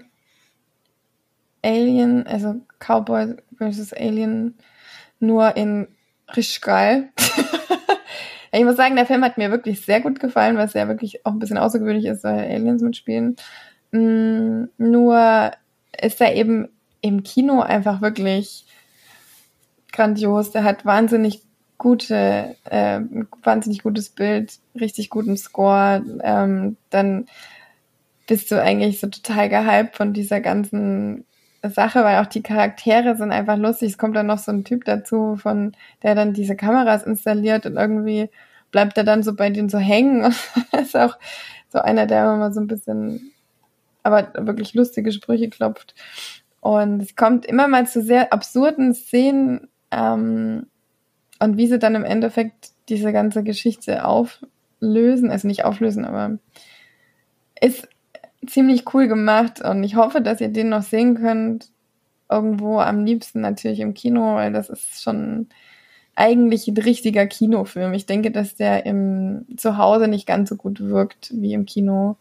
Alien, also Cowboy versus Alien, nur in richtig geil. Ich muss sagen, der Film hat mir wirklich sehr gut gefallen, was ja wirklich auch ein bisschen außergewöhnlich ist, weil Aliens mitspielen. Mm, nur ist er eben im Kino einfach wirklich grandios. Der hat wahnsinnig gute, äh, wahnsinnig gutes Bild, richtig guten Score, ähm, dann bist du eigentlich so total gehypt von dieser ganzen Sache, weil auch die Charaktere sind einfach lustig. Es kommt dann noch so ein Typ dazu, von der dann diese Kameras installiert und irgendwie bleibt er dann so bei denen so hängen. Und das ist auch so einer, der immer mal so ein bisschen, aber wirklich lustige Sprüche klopft. Und es kommt immer mal zu sehr absurden Szenen, ähm, und wie sie dann im Endeffekt diese ganze Geschichte auflösen, also nicht auflösen, aber ist ziemlich cool gemacht und ich hoffe, dass ihr den noch sehen könnt. Irgendwo am liebsten natürlich im Kino, weil das ist schon eigentlich ein richtiger Kinofilm. Ich denke, dass der im Zuhause nicht ganz so gut wirkt wie im Kino.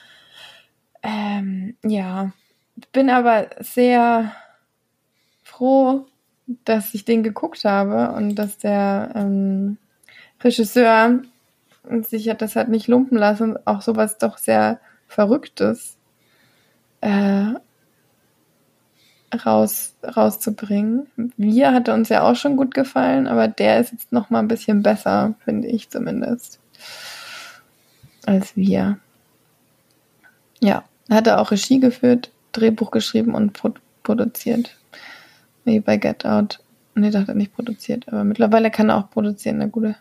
Ähm, ja, bin aber sehr froh, dass ich den geguckt habe und dass der ähm, Regisseur sich hat das halt nicht lumpen lassen, auch sowas doch sehr Verrücktes äh, raus, rauszubringen. Wir hatte uns ja auch schon gut gefallen, aber der ist jetzt noch mal ein bisschen besser, finde ich zumindest, als wir. Ja, hat er auch Regie geführt, Drehbuch geschrieben und pro- produziert. Wie bei Get Out. Nee, da hat er nicht produziert, aber mittlerweile kann er auch produzieren, na gute.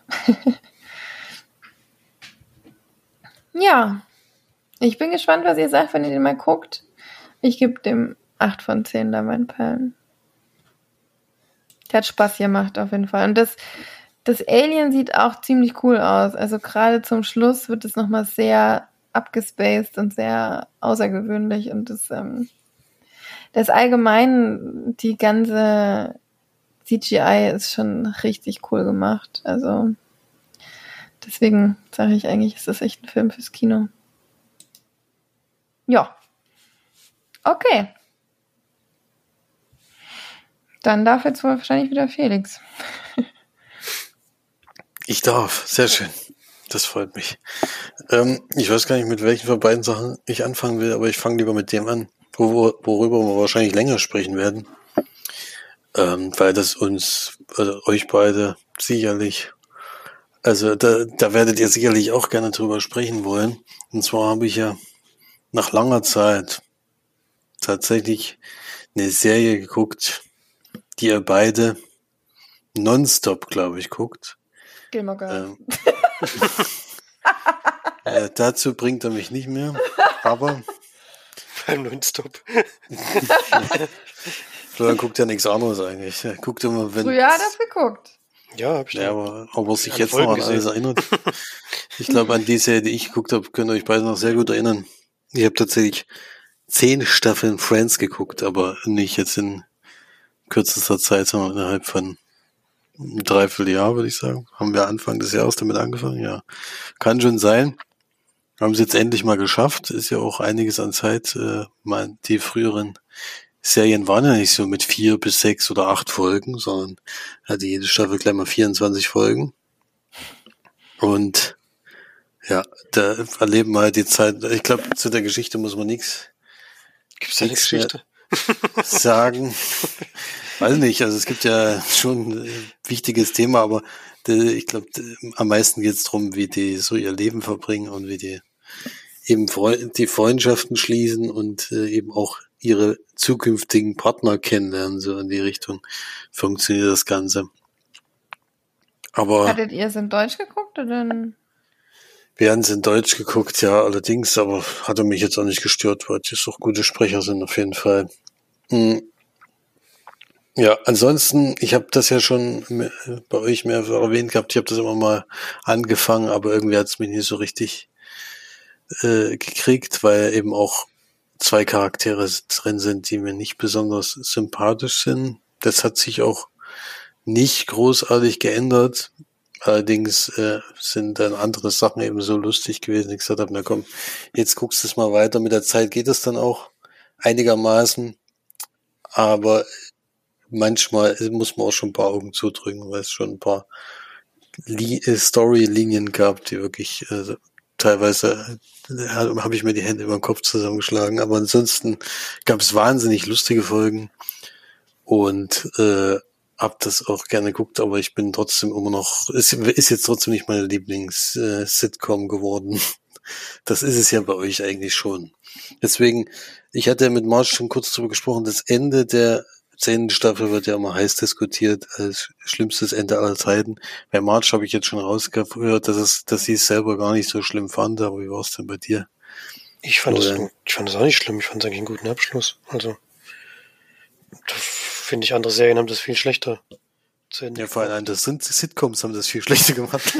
Ja, ich bin gespannt, was ihr sagt, wenn ihr den mal guckt. Ich gebe dem acht von zehn Leinwandperlen. Der hat Spaß gemacht, auf jeden Fall. Und das, das Alien sieht auch ziemlich cool aus. Also gerade zum Schluss wird es nochmal sehr abgespaced und sehr außergewöhnlich. Und das, ähm, das allgemein, die ganze C G I ist schon richtig cool gemacht. Also deswegen sage ich eigentlich, ist das echt ein Film fürs Kino. Ja. Okay. Dann darf jetzt wohl wahrscheinlich wieder Felix. Ich darf. Sehr schön. Das freut mich. Ähm, ich weiß gar nicht, mit welchen von beiden Sachen ich anfangen will, aber ich fange lieber mit dem an, wo, worüber wir wahrscheinlich länger sprechen werden. Ähm, weil das uns, also euch beide sicherlich, also da, da werdet ihr sicherlich auch gerne drüber sprechen wollen. Und zwar habe ich ja nach langer Zeit tatsächlich eine Serie geguckt, die ihr beide nonstop, glaube ich, guckt. Gilmore Girls. Ähm, äh, dazu bringt er mich nicht mehr, aber Beim Nonstop. Florian guckt ja nichts anderes eigentlich. Er guckt immer, wenn... Früher hat er es geguckt. Ja, hab ich Ja, da. aber ob er sich Alle jetzt noch Folgen an alles gesehen. erinnert. Ich glaube, an die Serie, die ich geguckt habe, könnt ihr euch beide noch sehr gut erinnern. Ich habe tatsächlich zehn Staffeln Friends geguckt, aber nicht jetzt in kürzester Zeit, sondern innerhalb von einem Dreivierteljahr, würde ich sagen. Haben wir Anfang des Jahres damit angefangen? Ja. Kann schon sein. Haben sie jetzt endlich mal geschafft. Ist ja auch einiges an Zeit. Äh, mal die früheren Serien waren ja nicht so mit vier bis sechs oder acht Folgen, sondern hatte jede Staffel gleich mal vierundzwanzig Folgen. Und ja, da erleben wir halt die Zeit. Ich glaube, zu der Geschichte muss man nichts Gibt's da eine Nichts mehr. Geschichte? sagen. Weiß nicht, also es gibt ja schon ein wichtiges Thema, aber äh, ich glaube, am meisten geht es darum, wie die so ihr Leben verbringen und wie die eben Freu- die Freundschaften schließen und äh, eben auch ihre zukünftigen Partner kennenlernen, so in die Richtung funktioniert das Ganze. Aber Hattet ihr es in Deutsch geguckt oder in... wir haben es in Deutsch geguckt, ja, allerdings, aber hatte mich jetzt auch nicht gestört, weil es auch gute Sprecher sind auf jeden Fall. Hm. Ja, ansonsten, ich habe das ja schon me- bei euch mehrfach erwähnt gehabt, ich habe das immer mal angefangen, aber irgendwie hat es mich nicht so richtig äh, gekriegt, weil eben auch zwei Charaktere drin sind, die mir nicht besonders sympathisch sind. Das hat sich auch nicht großartig geändert. Allerdings äh, sind dann andere Sachen eben so lustig gewesen, ich gesagt habe, na komm, jetzt guckst du es mal weiter. Mit der Zeit geht es dann auch einigermaßen, aber manchmal muss man auch schon ein paar Augen zudrücken, weil es schon ein paar Li- äh, Storylinien gab, die wirklich äh, teilweise äh, habe ich mir die Hände über den Kopf zusammengeschlagen, aber ansonsten gab es wahnsinnig lustige Folgen und äh, hab das auch gerne geguckt, aber ich bin trotzdem immer noch, ist, ist jetzt trotzdem nicht meine Lieblings-Sitcom geworden. Das ist es ja bei euch eigentlich schon. Deswegen, ich hatte ja mit Marge schon kurz drüber gesprochen, das Ende der zehnten Staffel wird ja immer heiß diskutiert als schlimmstes Ende aller Zeiten. Bei Marge habe ich jetzt schon rausgehört, dass es, dass sie es selber gar nicht so schlimm fand, aber wie war es denn bei dir? Ich fand es, ich fand es auch nicht schlimm, ich fand es eigentlich einen guten Abschluss. Also, da finde ich, andere Serien haben das viel schlechter zu Ende. Ja, vor allem, das sind Sitcoms, haben das viel schlechter gemacht.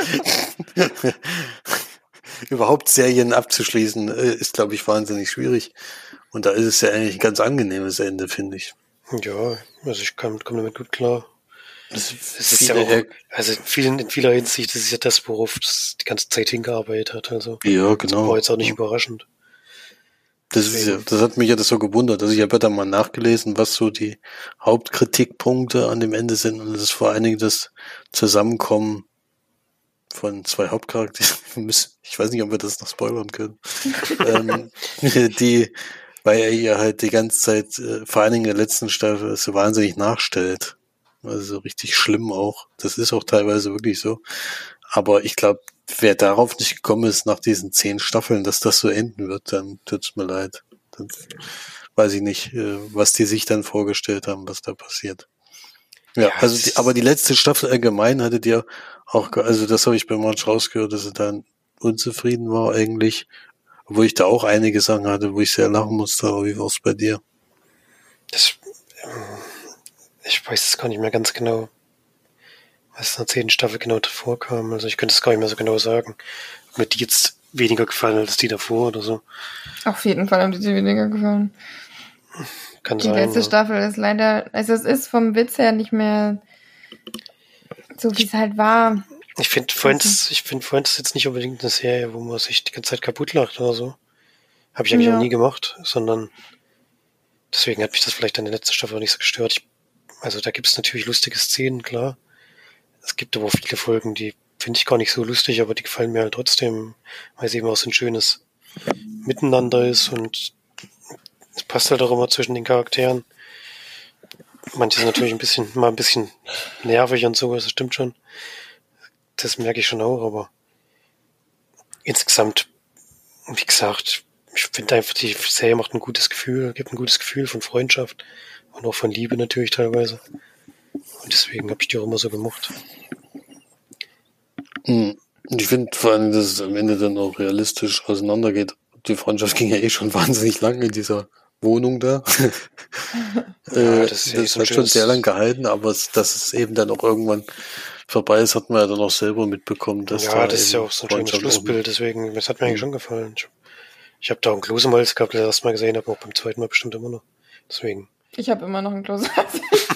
Überhaupt Serien abzuschließen, ist, glaube ich, wahnsinnig schwierig. Und da ist es ja eigentlich ein ganz angenehmes Ende, finde ich. Ja, also ich komme komm damit gut klar. Es, es ist ja auch, also in, vielen, in vieler Hinsicht, das ist ja das, worauf das die ganze Zeit hingearbeitet hat. Also ja, genau. Das war jetzt auch nicht ja. überraschend. Das ist ja, das hat mich ja das so gewundert. Also ich habe ja dann mal nachgelesen, was so die Hauptkritikpunkte an dem Ende sind. Und das ist vor allen Dingen das Zusammenkommen von zwei Hauptcharakteren. Ich weiß nicht, ob wir das noch spoilern können. ähm, die, weil er ihr halt die ganze Zeit, äh, vor allen Dingen in der letzten Staffel, so wahnsinnig nachstellt. Also so richtig schlimm auch. Das ist auch teilweise wirklich so. Aber ich glaube, wer darauf nicht gekommen ist, nach diesen zehn Staffeln, dass das so enden wird, dann tut's mir leid. Dann weiß ich nicht, was die sich dann vorgestellt haben, was da passiert. Ja, also die, aber die letzte Staffel allgemein hattet ihr auch, also das habe ich bei Marge rausgehört, dass er dann unzufrieden war eigentlich, obwohl ich da auch einige Sachen hatte, wo ich sehr lachen musste, aber wie war es bei dir? Das, ich weiß es gar nicht mehr ganz genau, was in der zehnten Staffel genau davor kam. Also ich könnte es gar nicht mehr so genau sagen. Ob mir die jetzt weniger gefallen als die davor oder so. Auf jeden Fall haben die dir weniger gefallen. Kann die sein. Die letzte ja. Staffel ist leider, also es ist vom Witz her nicht mehr so, wie es halt war. Ich finde Friends, ich finde Friends jetzt nicht unbedingt eine Serie, wo man sich die ganze Zeit kaputt lacht oder so. Habe ich eigentlich ja. auch nie gemacht, sondern deswegen hat mich das vielleicht an der letzten Staffel auch nicht so gestört. Ich, also da gibt es natürlich lustige Szenen, klar. Es gibt aber auch viele Folgen, die finde ich gar nicht so lustig, aber die gefallen mir halt trotzdem, weil es eben auch so ein schönes Miteinander ist und es passt halt auch immer zwischen den Charakteren. Manche sind natürlich ein bisschen, mal ein bisschen nervig und so, das stimmt schon. Das merke ich schon auch, aber insgesamt, wie gesagt, ich finde einfach, die Serie macht ein gutes Gefühl, gibt ein gutes Gefühl von Freundschaft und auch von Liebe natürlich teilweise. Und deswegen habe ich die auch immer so gemocht. Und ich finde vor allem, dass es am Ende dann auch realistisch auseinandergeht. Die Freundschaft ging ja eh schon wahnsinnig lang in dieser Wohnung da. Ja, das, das so hat schon sehr lang gehalten, aber es, dass es eben dann auch irgendwann vorbei ist, hat man ja dann auch selber mitbekommen. Dass ja, da das ist ja auch so ein schönes Schlussbild, deswegen, das hat mir eigentlich schon gefallen. Ich, ich habe da auch einen Klosemals gehabt, der das erste Mal gesehen habe, auch beim zweiten Mal bestimmt immer noch. Deswegen. Ich habe immer noch einen Klosemals.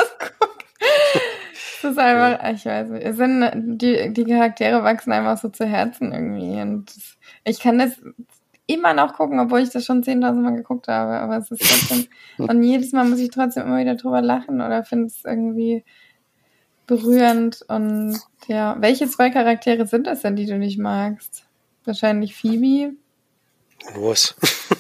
Das ist einfach, ja. ich weiß nicht, es sind, die, die Charaktere wachsen einfach so zu Herzen irgendwie und das, ich kann das immer noch gucken, obwohl ich das schon zehntausend Mal geguckt habe, aber es ist trotzdem, und jedes Mal muss ich trotzdem immer wieder drüber lachen oder finde es irgendwie berührend und ja, welche zwei Charaktere sind das denn, die du nicht magst? Wahrscheinlich Phoebe? Ross.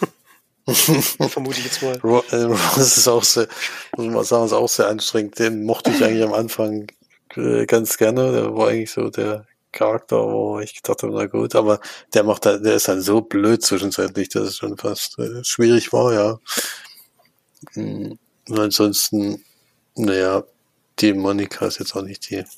Vermute ich jetzt mal. Das ist auch sehr, muss man sagen, ist auch sehr anstrengend. Den mochte ich eigentlich am Anfang äh, ganz gerne. Der war eigentlich so der Charakter, wo ich gedacht habe, na gut, aber der macht halt, der ist dann so blöd zwischenzeitlich, dass es schon fast äh, schwierig war, ja. Und ansonsten, naja, die Monika ist jetzt auch nicht die,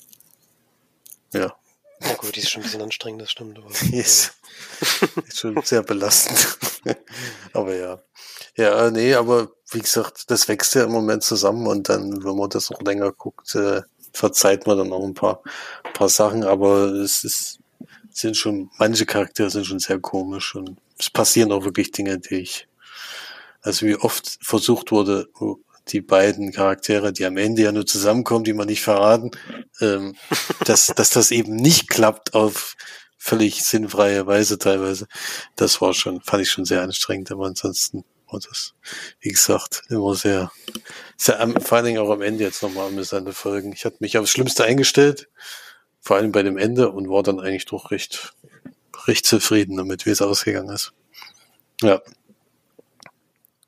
ja. Ja gut, die ist schon ein bisschen anstrengend, das stimmt. Aber die ist, ist schon sehr belastend. Aber ja. Ja, nee, aber wie gesagt, das wächst ja im Moment zusammen und dann, wenn man das noch länger guckt, äh, verzeiht man dann auch ein paar, paar Sachen, aber es ist, sind schon, manche Charaktere sind schon sehr komisch und es passieren auch wirklich Dinge, die ich, also wie oft versucht wurde, die beiden Charaktere, die am Ende ja nur zusammenkommen, die man nicht verraten, ähm, dass, dass das eben nicht klappt auf völlig sinnfreie Weise teilweise. Das war schon, fand ich schon sehr anstrengend, aber ansonsten war das, wie gesagt, immer sehr, sehr vor allen Dingen auch am Ende jetzt nochmal amüsante Folgen. Ich hatte mich aufs Schlimmste eingestellt, vor allem bei dem Ende und war dann eigentlich doch recht, recht zufrieden damit, wie es ausgegangen ist. Ja.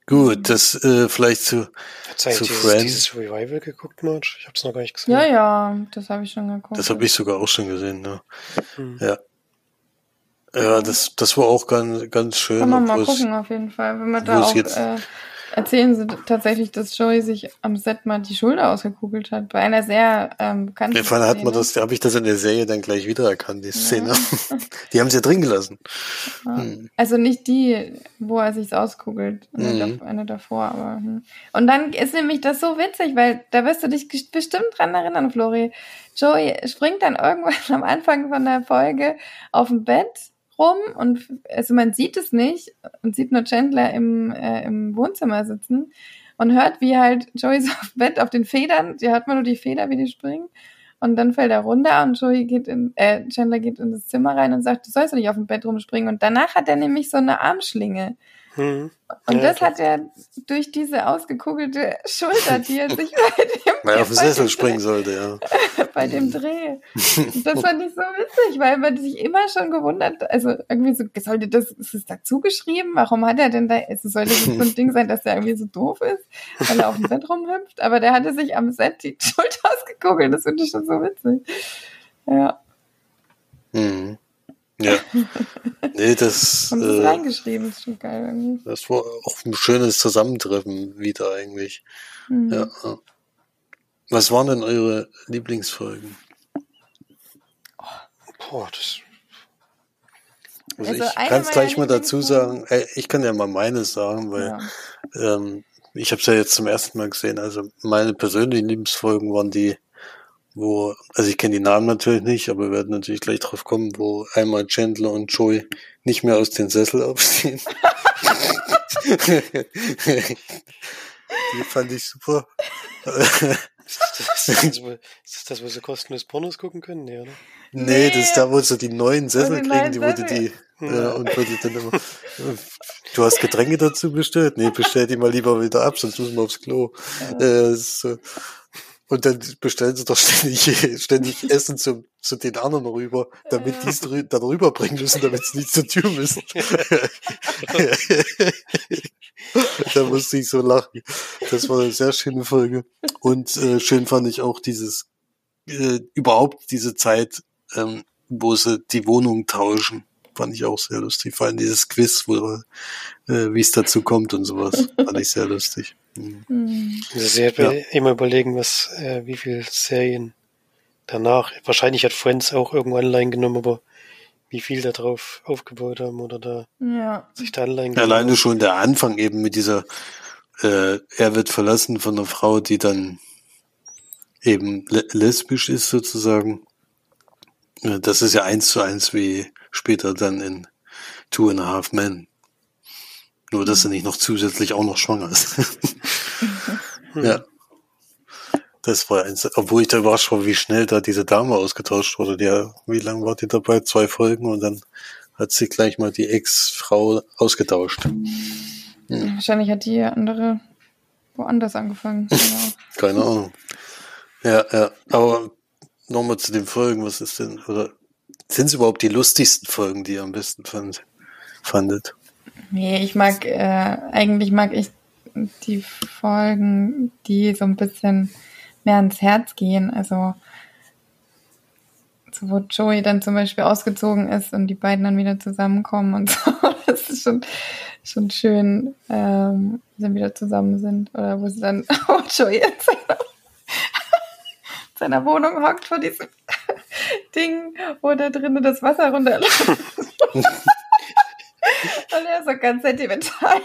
Gut, das äh, vielleicht zu, Hat sie zu dieses, Friends. dieses Revival geguckt, Marge? Ich hab's noch gar nicht gesehen. Ja, ja, das habe ich schon geguckt. Das habe ich sogar auch schon gesehen, ja. Hm. Ja, ja das, das war auch ganz, ganz schön. Kann man mal obwohl es- gucken, auf jeden Fall. Wenn wir wo da es auch jetzt- äh, erzählen sie tatsächlich, dass Joey sich am Set mal die Schulter ausgekugelt hat. Bei einer sehr ähm, bekannten Ja, vor allem hat man Szene. das, da habe ich das in der Serie dann gleich wiedererkannt, die Szene. Die haben sie ja drin gelassen. Ja. Hm. Also nicht die, wo er sich auskugelt, eine, Mhm. da, eine davor, aber. Hm. Und dann ist nämlich das so witzig, weil da wirst du dich ges- bestimmt dran erinnern, Flori. Joey springt dann irgendwann am Anfang von der Folge auf dem Bett rum und also man sieht es nicht und sieht nur Chandler im, äh, im Wohnzimmer sitzen und hört, wie halt Joey so auf dem Bett auf den Federn, die hört man nur die Feder, wie die springen. Und dann fällt er runter und Joey geht in, äh, Chandler geht in das Zimmer rein und sagt, du sollst doch nicht auf dem Bett rumspringen. Und danach hat er nämlich so eine Armschlinge. Hm. Und Ja, das klar. hat er durch diese ausgekugelte Schulter, die er sich bei dem, Weil er auf den bei Sessel dem springen sollte, ja. Dreh, bei dem Dreh. Und das fand ich so witzig, weil man sich immer schon gewundert, also irgendwie so, sollte das, ist es dazu geschrieben? Warum hat er denn da, also sollte das so ein Ding sein, dass der irgendwie so doof ist, weil er auf dem Set rumhüpft? Aber der hatte sich am Set die Schulter ausgekugelt, das finde ich schon so witzig. Ja, Mhm. Ja. Nee, das, haben sie es äh, reingeschrieben, ist schon geil irgendwie. das war auch ein schönes Zusammentreffen wieder eigentlich. Mhm. Ja. ja. Was waren denn eure Lieblingsfolgen? Boah, das. Also, Also ich eine kann es meiner gleich mal dazu sagen, Lieblingsfolgen- äh, ich kann ja mal meines sagen, weil Ja. ähm, ich habe es ja jetzt zum ersten Mal gesehen. Also meine persönlichen Lieblingsfolgen waren die, wo, also ich kenne die Namen natürlich nicht, aber wir werden natürlich gleich drauf kommen, wo einmal Chandler und Joey nicht mehr aus den Sessel aufstehen. Die fand ich super. Ist das, das, wo- ist das, das, wo sie kostenlos Pornos gucken können? Nee, oder? Nee, das ist da, wo sie die neuen Sessel die kriegen, neuen die wurde Sessel. die, ja, und wurde dann immer, du hast Getränke dazu bestellt? Nee, bestell die mal lieber wieder ab, sonst müssen wir aufs Klo. Äh, so. Und dann bestellen sie doch ständig, ständig Essen zu, zu den anderen rüber, damit die es drü- dann rüberbringen müssen, damit sie nicht zur Tür müssen. Da musste ich so lachen. Das war eine sehr schöne Folge. Und äh, schön fand ich auch dieses, äh, überhaupt diese Zeit, ähm, wo sie die Wohnung tauschen. Fand ich auch sehr lustig. Vor allem dieses Quiz, wo, äh, wie es dazu kommt und sowas. Fand ich sehr lustig. Mhm. Mhm. Also sie hat Ja. mir immer überlegen, was, äh, wie viele Serien danach, wahrscheinlich hat Friends auch irgendwo Anleihen genommen, aber wie viel da drauf aufgebaut haben oder da Ja. sich da Anleihen genommen Alleine haben. schon der Anfang eben mit dieser, äh, er wird verlassen von einer Frau, die dann eben le- lesbisch ist sozusagen. Äh, Das ist ja eins zu eins wie später dann in Two and a Half Men. Nur, dass sie nicht noch zusätzlich auch noch schwanger ist. Ja. Das war eins, obwohl ich da überrascht war, wie schnell da diese Dame ausgetauscht wurde. Die, wie lange war die dabei? Zwei Folgen und dann hat sie gleich mal die Ex-Frau ausgetauscht. Wahrscheinlich hat die andere woanders angefangen. Genau. Keine Ahnung. Ja, ja. Aber nochmal zu den Folgen. Was ist denn, oder sind es überhaupt die lustigsten Folgen, die ihr am besten fand, fandet? Nee, ich mag, äh, eigentlich mag ich die Folgen, die so ein bisschen mehr ans Herz gehen. Also, so wo Joey dann zum Beispiel ausgezogen ist und die beiden dann wieder zusammenkommen und so. Das ist schon, schon schön, ähm, wenn sie wieder zusammen sind. Oder wo sie dann, oh, Joey in seiner, in seiner Wohnung hockt vor diesem Ding, wo da drinnen das Wasser runterläuft. Und er ist so ganz sentimental.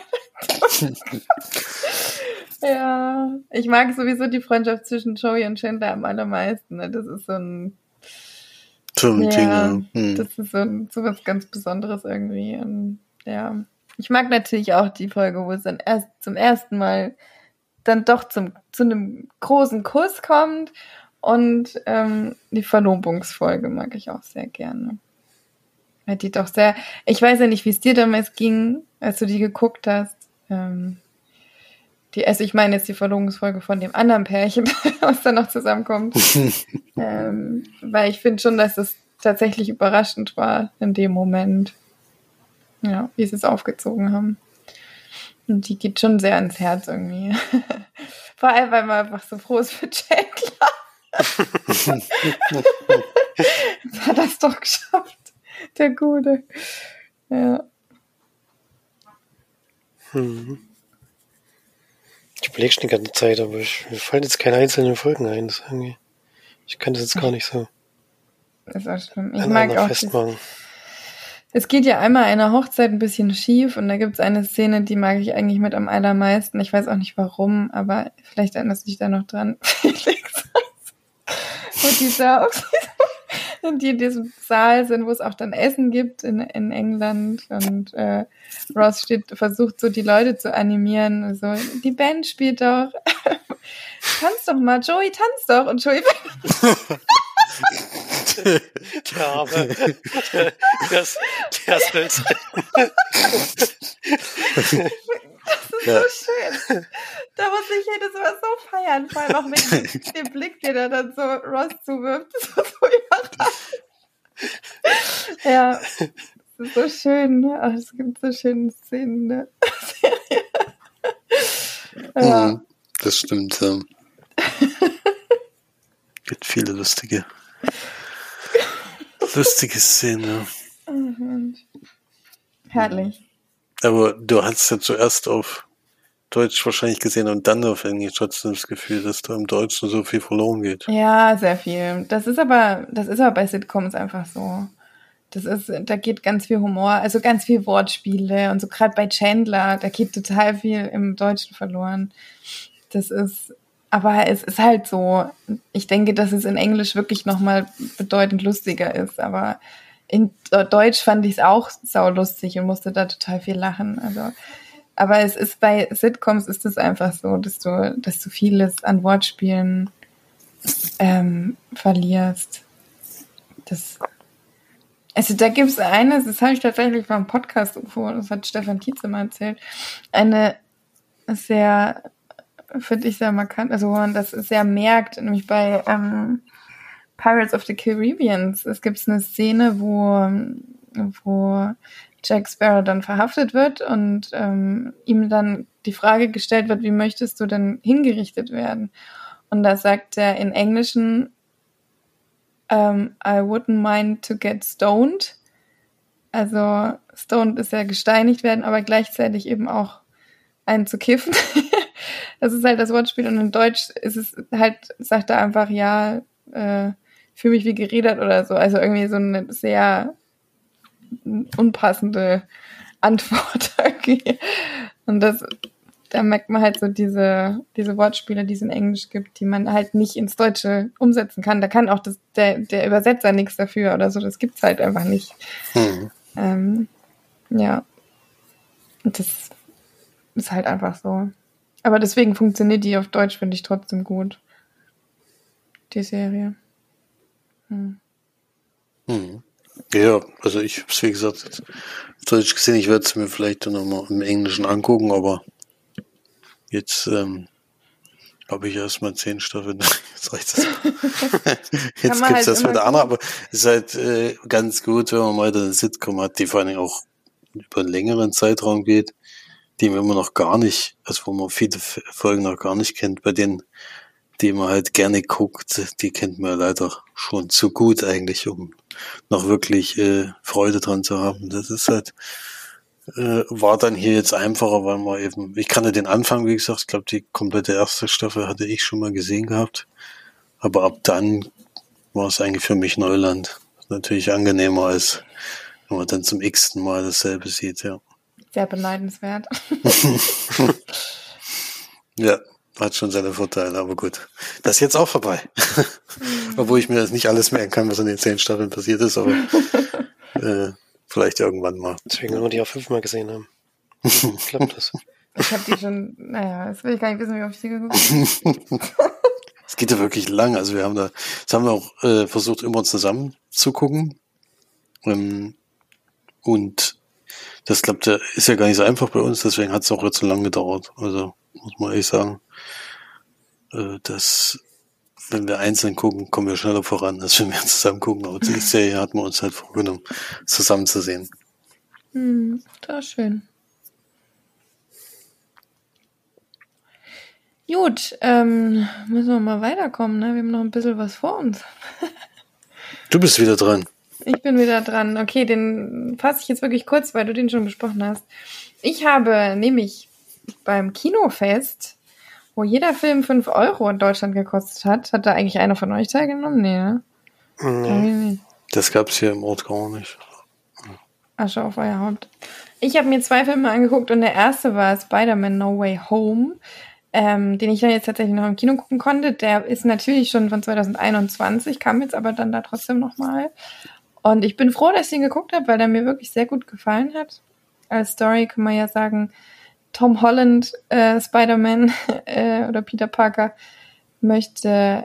Ja, ich mag sowieso die Freundschaft zwischen Joey und Chandler am allermeisten. Ne? Das ist so ein, So ein Ding, ja, ja. Hm. das ist so, ein, so was ganz Besonderes irgendwie. Und, ja, ich mag natürlich auch die Folge, wo es dann erst zum ersten Mal dann doch zum, zu einem großen Kuss kommt. Und ähm, die Verlobungsfolge mag ich auch sehr gerne. Weil die doch sehr, ich weiß ja nicht, wie es dir damals ging, als du die geguckt hast. Ähm, die, also ich meine jetzt die Verlobungsfolge von dem anderen Pärchen, was dann noch zusammenkommt. ähm, weil ich finde schon, dass es tatsächlich überraschend war in dem Moment. Ja, wie sie es aufgezogen haben. Und die geht schon sehr ans Herz irgendwie. Vor allem, weil man einfach so froh ist für Chandler. Jetzt hat er es doch geschafft. Der Gute. Ja. Hm. Ich überlege schon die ganze Zeit, aber ich, mir fallen jetzt keine einzelnen Folgen ein. Das irgendwie, ich kann das jetzt gar nicht so Das ist auch schlimm. Ich an mag einer auch festmachen. das, es geht ja einmal einer Hochzeit ein bisschen schief und da gibt es eine Szene, die mag ich eigentlich mit am allermeisten. Ich weiß auch nicht warum, aber vielleicht erinnerst du dich da noch dran. Felix. Und die da auch und die in diesem Saal sind, wo es auch dann Essen gibt in, in England und äh, Ross steht, versucht so die Leute zu animieren, so, die Band spielt doch, tanz doch mal, Joey, tanz doch, und Joey Der Arme. Der, der ist, der ist halt. Das ist ja so schön. Da muss ich jedes Mal so feiern, vor allem auch mit dem, dem Blick, den er dann so Ross zuwirft. Das ist so überraschend. Ja, das ist so schön. Ne? Ach, es gibt so schöne Szenen. Ne? Ja. Mhm, das stimmt. Ja. Gibt viele lustige, lustige Szenen. Oh, Mensch. Herrlich. Aber du hast ja zuerst auf Deutsch wahrscheinlich gesehen und dann auf Englisch. Trotzdem das Gefühl, dass da im Deutschen so viel verloren geht. Ja, sehr viel. Das ist aber, das ist aber bei Sitcoms einfach so. Das ist, da geht ganz viel Humor, also ganz viel Wortspiele und so gerade bei Chandler, da geht total viel im Deutschen verloren. Das ist, aber es ist halt so. Ich denke, dass es in Englisch wirklich nochmal bedeutend lustiger ist, aber in Deutsch fand ich es auch saulustig und musste da total viel lachen. Also, aber es ist bei Sitcoms ist es einfach so, dass du, dass du vieles an Wortspielen ähm, verlierst. Das, also da gibt es eines, das habe ich tatsächlich beim Podcast vor, das hat Stefan Tietze mal erzählt, eine sehr, finde ich sehr markant, also wo man das sehr merkt, nämlich bei ähm, Pirates of the Caribbean. Es gibt eine Szene, wo, wo Jack Sparrow dann verhaftet wird und ähm, ihm dann die Frage gestellt wird, wie möchtest du denn hingerichtet werden? Und da sagt er in Englischen, um, I wouldn't mind to get stoned. Also stoned ist ja gesteinigt werden, aber gleichzeitig eben auch einen zu kiffen. Das ist halt das Wortspiel. Und in Deutsch ist es halt, sagt er einfach, ja, äh, fühle mich wie geredet oder so. Also irgendwie so eine sehr unpassende Antwort irgendwie. Und das, da merkt man halt so diese, diese Wortspiele, die es in Englisch gibt, die man halt nicht ins Deutsche umsetzen kann. Da kann auch das, der, der Übersetzer nichts dafür oder so. Das gibt's halt einfach nicht. Mhm. Ähm, ja. Und das ist halt einfach so. Aber deswegen funktioniert die auf Deutsch, finde ich, trotzdem gut. Die Serie. Hm. Mhm. Ja, also ich hab's wie gesagt jetzt Deutsch gesehen, ich werde es mir vielleicht dann nochmal im Englischen angucken, aber jetzt ähm, habe ich erstmal zehn Staffeln. Jetzt reicht es. Jetzt gibt's halt das mit immer der anderen, aber es ist halt äh, ganz gut, wenn man mal eine Sitcom hat, die vor allen Dingen auch über einen längeren Zeitraum geht, die man immer noch gar nicht, also wo man viele Folgen noch gar nicht kennt, bei denen, die man halt gerne guckt, die kennt man leider schon zu gut eigentlich, um noch wirklich äh, Freude dran zu haben. Das ist halt, äh, war dann hier jetzt einfacher, weil man eben, ich kannte den Anfang, wie gesagt, ich glaube, die komplette erste Staffel hatte ich schon mal gesehen gehabt, aber ab dann war es eigentlich für mich Neuland. Natürlich angenehmer, als wenn man dann zum x-ten Mal dasselbe sieht, ja. Sehr beneidenswert. Ja, hat schon seine Vorteile, aber gut. Das ist jetzt auch vorbei. Obwohl ich mir das nicht alles merken kann, was in den zehn Staffeln passiert ist, aber äh, vielleicht irgendwann mal. Deswegen wenn wir die auch fünfmal gesehen haben. Klappt das. Ich habe die schon, naja, das will ich gar nicht wissen, wie oft ich die geguckt habe. Es geht ja wirklich lang. Also wir haben da, das haben wir auch äh, versucht, immer zusammen zu gucken. Ähm, und das klappt ja, ist ja gar nicht so einfach bei uns, deswegen hat es auch jetzt so lange gedauert. Also muss man ehrlich sagen, äh, dass wenn wir einzeln gucken, kommen wir schneller voran, als wenn wir zusammen gucken. Aber die Serie hat man uns halt vorgenommen, zusammen zu sehen. Hm, das war schön. Gut, ähm, müssen wir mal weiterkommen, ne? Wir haben noch ein bisschen was vor uns. Du bist wieder dran. Ich bin wieder dran. Okay, den fasse ich jetzt wirklich kurz, weil du den schon besprochen hast. Ich habe nämlich beim Kinofest, wo jeder Film fünf Euro in Deutschland gekostet hat, hat da eigentlich einer von euch teilgenommen? Nee, ne? Nee. Das gab's hier im Ort gar nicht. Asche auf euer Haupt. Ich habe mir zwei Filme angeguckt und der erste war Spider-Man No Way Home, ähm, den ich dann jetzt tatsächlich noch im Kino gucken konnte. Der ist natürlich schon von zwanzig einundzwanzig, kam jetzt aber dann da trotzdem nochmal. Und ich bin froh, dass ich ihn geguckt habe, weil der mir wirklich sehr gut gefallen hat. Als Story kann man ja sagen, Tom Holland, äh, Spider-Man äh, oder Peter Parker möchte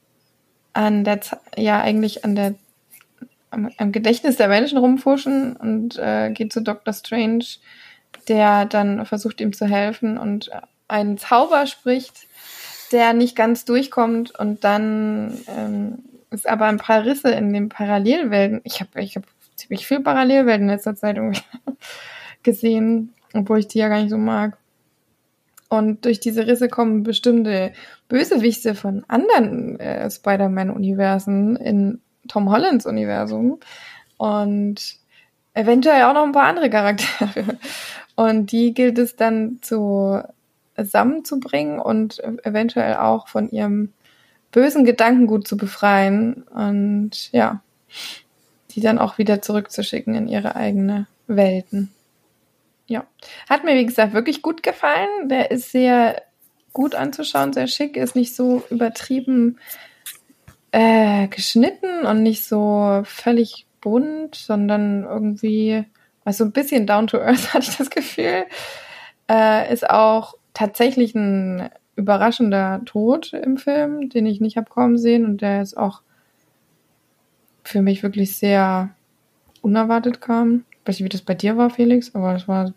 an der, Z- ja eigentlich an der, am, am Gedächtnis der Menschen rumfuschen und äh, geht zu Doctor Strange, der dann versucht ihm zu helfen und einen Zauber spricht, der nicht ganz durchkommt und dann ähm, ist aber ein paar Risse in den Parallelwelten. Ich habe ich hab ziemlich viel Parallelwelten in letzter Zeit irgendwie gesehen, obwohl ich die ja gar nicht so mag. Und durch diese Risse kommen bestimmte Bösewichte von anderen äh, Spider-Man-Universen in Tom Hollands Universum und eventuell auch noch ein paar andere Charaktere. Und die gilt es dann zusammenzubringen und eventuell auch von ihrem bösen Gedankengut zu befreien und ja, die dann auch wieder zurückzuschicken in ihre eigene Welten. Ja, hat mir, wie gesagt, wirklich gut gefallen. Der ist sehr gut anzuschauen, sehr schick, ist nicht so übertrieben äh, geschnitten und nicht so völlig bunt, sondern irgendwie, also ein bisschen down to earth, hatte ich das Gefühl. Äh, ist auch tatsächlich ein überraschender Tod im Film, den ich nicht habe kommen sehen und der ist auch für mich wirklich sehr unerwartet kam. Ich weiß nicht, wie das bei dir war, Felix, aber das war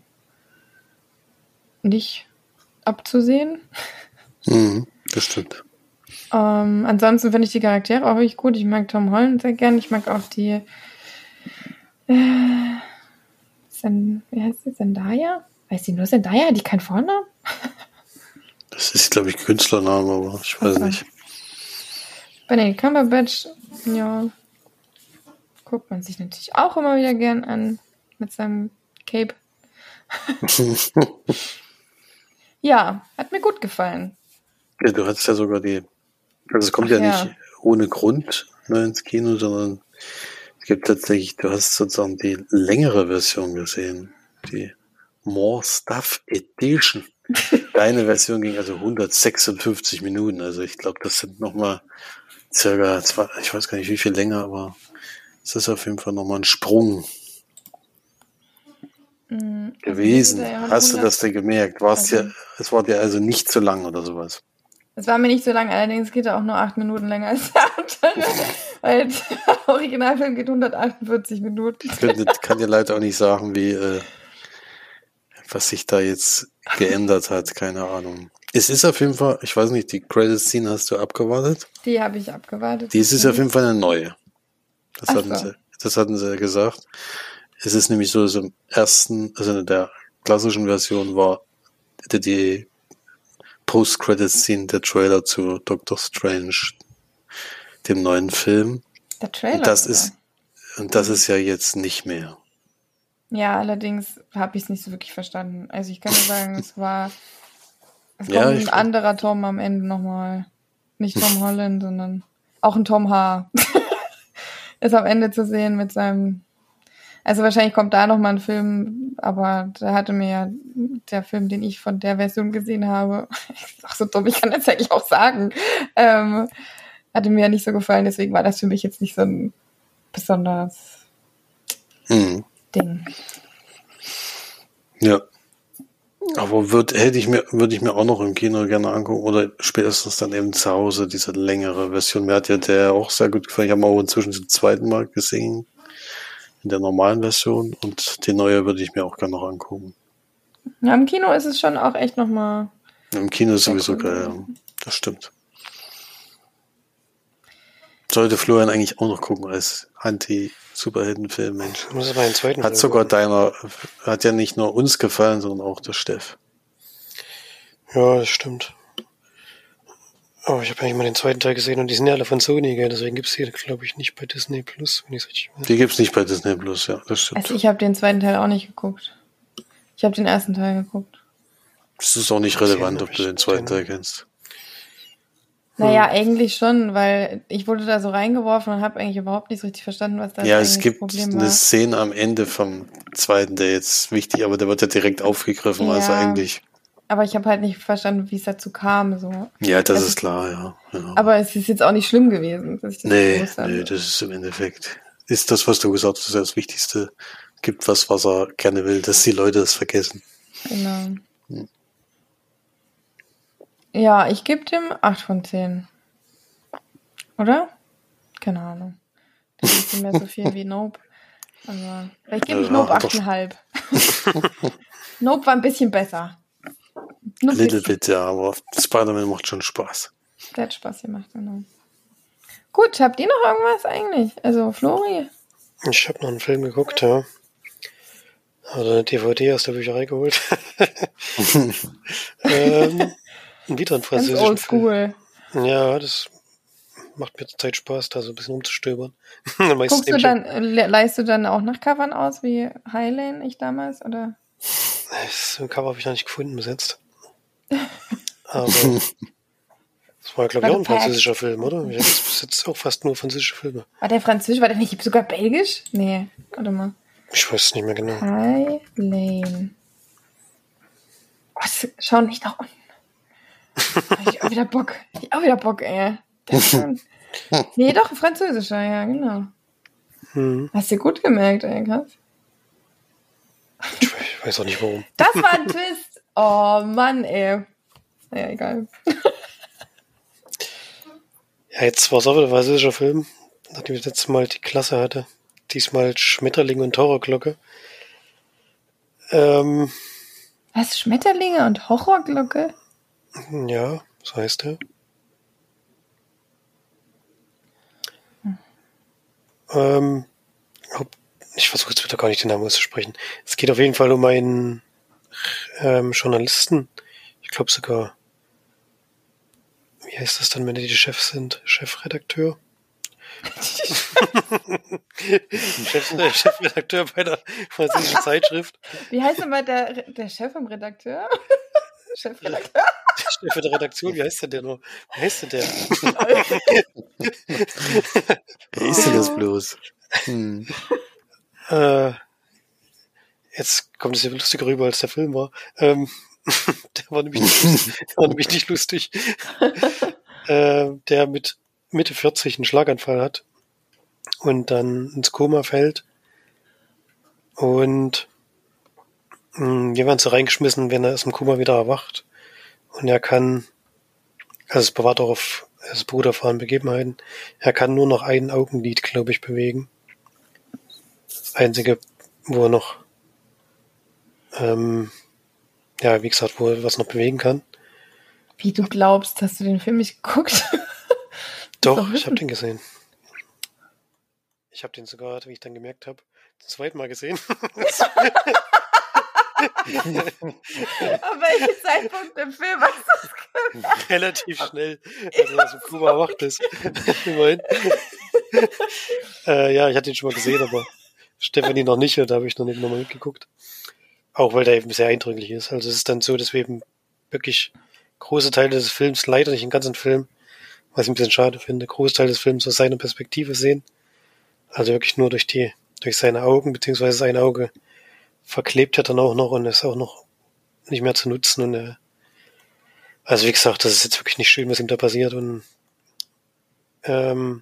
nicht abzusehen. Mhm, das stimmt. Ähm, ansonsten finde ich die Charaktere auch wirklich gut. Ich mag Tom Holland sehr gern. Ich mag auch die äh, Zend- wie heißt sie? Zendaya? Heißt die nur Zendaya? Hat die keinen Vornamen? Das ist, glaube ich, Künstlername, aber ich weiß Okay. nicht. Benedict Cumberbatch, ja, guckt man sich natürlich auch immer wieder gern an mit seinem Cape. Ja, hat mir gut gefallen. Ja, du hattest ja sogar die, also es kommt Ach ja, ja. nicht ohne Grund ne, ins Kino, sondern es gibt tatsächlich, du hast sozusagen die längere Version gesehen, die More Stuff Edition. Deine Version ging also hundertsechsundfünfzig Minuten, also ich glaube, das sind nochmal circa, zwei, ich weiß gar nicht wie viel länger, aber es ist auf jeden Fall nochmal ein Sprung Mhm. gewesen. Also diese Hast du hundert das denn gemerkt? War's also, dir, es war dir also nicht zu lang oder sowas? es war mir nicht so lang, allerdings geht er auch nur acht Minuten länger als der andere, weil der Originalfilm geht hundertachtundvierzig Minuten. Ich könnte, kann dir leider auch nicht sagen, wie, äh, was sich da jetzt geändert hat, keine Ahnung. Es ist auf jeden Fall, ich weiß nicht, die Credit-Scene hast du abgewartet? Die habe ich abgewartet. Die ist auf jeden Fall eine neue. Das Ach hatten so. sie, das hatten sie ja gesagt. Es ist nämlich so, dass im ersten, also in der klassischen Version war die, die Post-Credit-Scene der Trailer zu Doctor Strange, dem neuen Film. Der Trailer. Und das sogar. ist, und das ist ja jetzt nicht mehr. Ja, allerdings habe ich es nicht so wirklich verstanden. Also ich kann nur sagen, es war es kommt Ja, ein ich- anderer Tom am Ende nochmal. Nicht Tom Holland, sondern auch ein Tom H. Ist am Ende zu sehen mit seinem. Also wahrscheinlich kommt da nochmal ein Film, aber da hatte mir ja der Film, den ich von der Version gesehen habe, ist auch so dumm, ich kann das eigentlich auch sagen, ähm, hatte mir ja nicht so gefallen, deswegen war das für mich jetzt nicht so ein besonderes Mhm. Ding. Ja. Aber würd, hätte ich mir, würde ich mir auch noch im Kino gerne angucken oder spätestens dann eben zu Hause diese längere Version. Mir hat ja der auch sehr gut gefallen. Ich habe ihn auch inzwischen zum zweiten Mal gesehen. In der normalen Version und die neue würde ich mir auch gerne noch angucken. Ja, im Kino ist es schon auch echt nochmal. Im Kino ist Sehr sowieso cool. geil, ja. Das stimmt. Sollte Florian eigentlich auch noch gucken als Anti-Superheldenfilm, Mensch. Ich muss aber einen zweiten Hat Film sogar gucken. deiner, hat ja nicht nur uns gefallen, sondern auch der Steff. Ja, das stimmt. Oh, ich habe eigentlich mal den zweiten Teil gesehen und die sind ja alle von Sony, gell? Deswegen gibt's die, glaube ich, nicht bei Disney Plus, wenn ich richtig weiß. Die gibt's nicht bei Disney Plus, ja, das stimmt. Also ich habe den zweiten Teil auch nicht geguckt. Ich habe den ersten Teil geguckt. Es ist auch nicht relevant, ob du den zweiten Teil kennst. Naja, eigentlich schon, weil ich wurde da so reingeworfen und habe eigentlich überhaupt nicht so richtig verstanden, was da Ja, eigentlich es gibt das Problem eine war. Szene am Ende vom zweiten, der jetzt wichtig, aber der wird ja direkt aufgegriffen, also Ja. eigentlich. Aber ich habe halt nicht verstanden, wie es dazu kam. So. Ja, das Also, ist klar, ja. ja. Aber es ist jetzt auch nicht schlimm gewesen, dass ich das Nee, gewusst habe. nee, das ist im Endeffekt, ist das, was du gesagt hast, das Wichtigste. Gibt was, was er gerne will, dass die Leute das vergessen. Genau. Hm. Ja, ich gebe dem acht von zehn. Oder? Keine Ahnung. Das ist nicht mehr so viel wie Nope. Aber vielleicht gebe ich Ja, Nope hat doch- acht Komma fünf. Nope war ein bisschen besser. Nur ein Little bisschen. bit, ja, aber Spider-Man macht schon Spaß. Der hat Spaß gemacht, genau. Gut, habt ihr noch irgendwas eigentlich? Also, Flori? Ich habe noch einen Film geguckt, ja. Oder eine D V D aus der Bücherei geholt. ähm, wieder ein Ganz französischen oldschool. Film. Ja, das macht mir zurzeit Spaß, da so ein bisschen umzustöbern. Meistens Guckst du nehme ich dann, äh, le- leihst du dann auch nach Covern aus, wie Highlane ich damals, oder? auch- so ein Cover habe ich noch nicht gefunden bis jetzt. Aber das war, glaube ich, auch ein War französischer Film, oder? Ich habe bis jetzt auch fast nur französische Filme. War der französisch? War der nicht sogar belgisch? Nee, warte mal. Ich weiß es nicht mehr genau. Highlane. Oh, das- schau nicht nach unten. Hab ich auch wieder Bock. Hab ich auch wieder Bock, ey. Der ist schon- Nee, doch, ein französischer, ja, genau. Hm. Hast du gut gemerkt, ey, krass. Ich we- ich weiß auch nicht warum. Das war ein Twist. Oh, Mann, ey. Naja, egal. Ja, jetzt war es auch wieder ein französischer Film, nachdem ich das letzte Mal die Klasse hatte. Diesmal Schmetterling und Horrorglocke. Ähm, Was? Schmetterlinge und Horrorglocke? ja, so heißt er. Ähm, Haupt- ich versuche jetzt wieder gar nicht den Namen auszusprechen. Es geht auf jeden Fall um einen ähm, Journalisten. Ich glaube sogar, wie heißt das dann, wenn die die Chefs sind? Chefredakteur? Chef, äh, Chefredakteur bei der französischen Zeitschrift. Wie heißt denn mal der, der Chef vom Redakteur? Chefredakteur? Chef der Redaktion, wie heißt denn der noch? Wie heißt denn der? Wer ist denn das bloß? Hm. Äh, jetzt kommt es ja lustiger rüber, als der Film war. Ähm, der war nämlich nicht lustig. Der war nämlich nicht lustig. äh, der mit Mitte vierzig einen Schlaganfall hat und dann ins Koma fällt. Und mh, wir werden so reingeschmissen, wenn er aus dem Koma wieder erwacht. Und er kann, also es bewahrt auch auf, es beruht auf wahren Begebenheiten, er kann nur noch ein Augenlid, glaube ich, bewegen. Das einzige, wo er noch, ähm, ja, wie gesagt, wo er was noch bewegen kann. Wie du glaubst, hast du den Film nicht geguckt? Doch, doch ich wissen. habe den gesehen. Ich habe den sogar, wie ich dann gemerkt habe, zum zweiten Mal gesehen. Auf welchem Zeitpunkt im Film hast du das gemacht? Relativ schnell, also aus dem Koma erwacht ist. Immerhin. äh, ja, ich hatte ihn schon mal gesehen, aber Stefanie noch nicht, und da habe ich noch nicht nochmal mitgeguckt. Auch weil der eben sehr eindrücklich ist. Also es ist dann so, dass wir eben wirklich große Teile des Films, leider nicht den ganzen Film, was ich ein bisschen schade finde, große Teile des Films aus seiner Perspektive sehen. Also wirklich nur durch die, durch seine Augen, beziehungsweise sein Auge verklebt er dann auch noch und ist auch noch nicht mehr zu nutzen. Und er, also wie gesagt, das ist jetzt wirklich nicht schön, was ihm da passiert. Und ähm,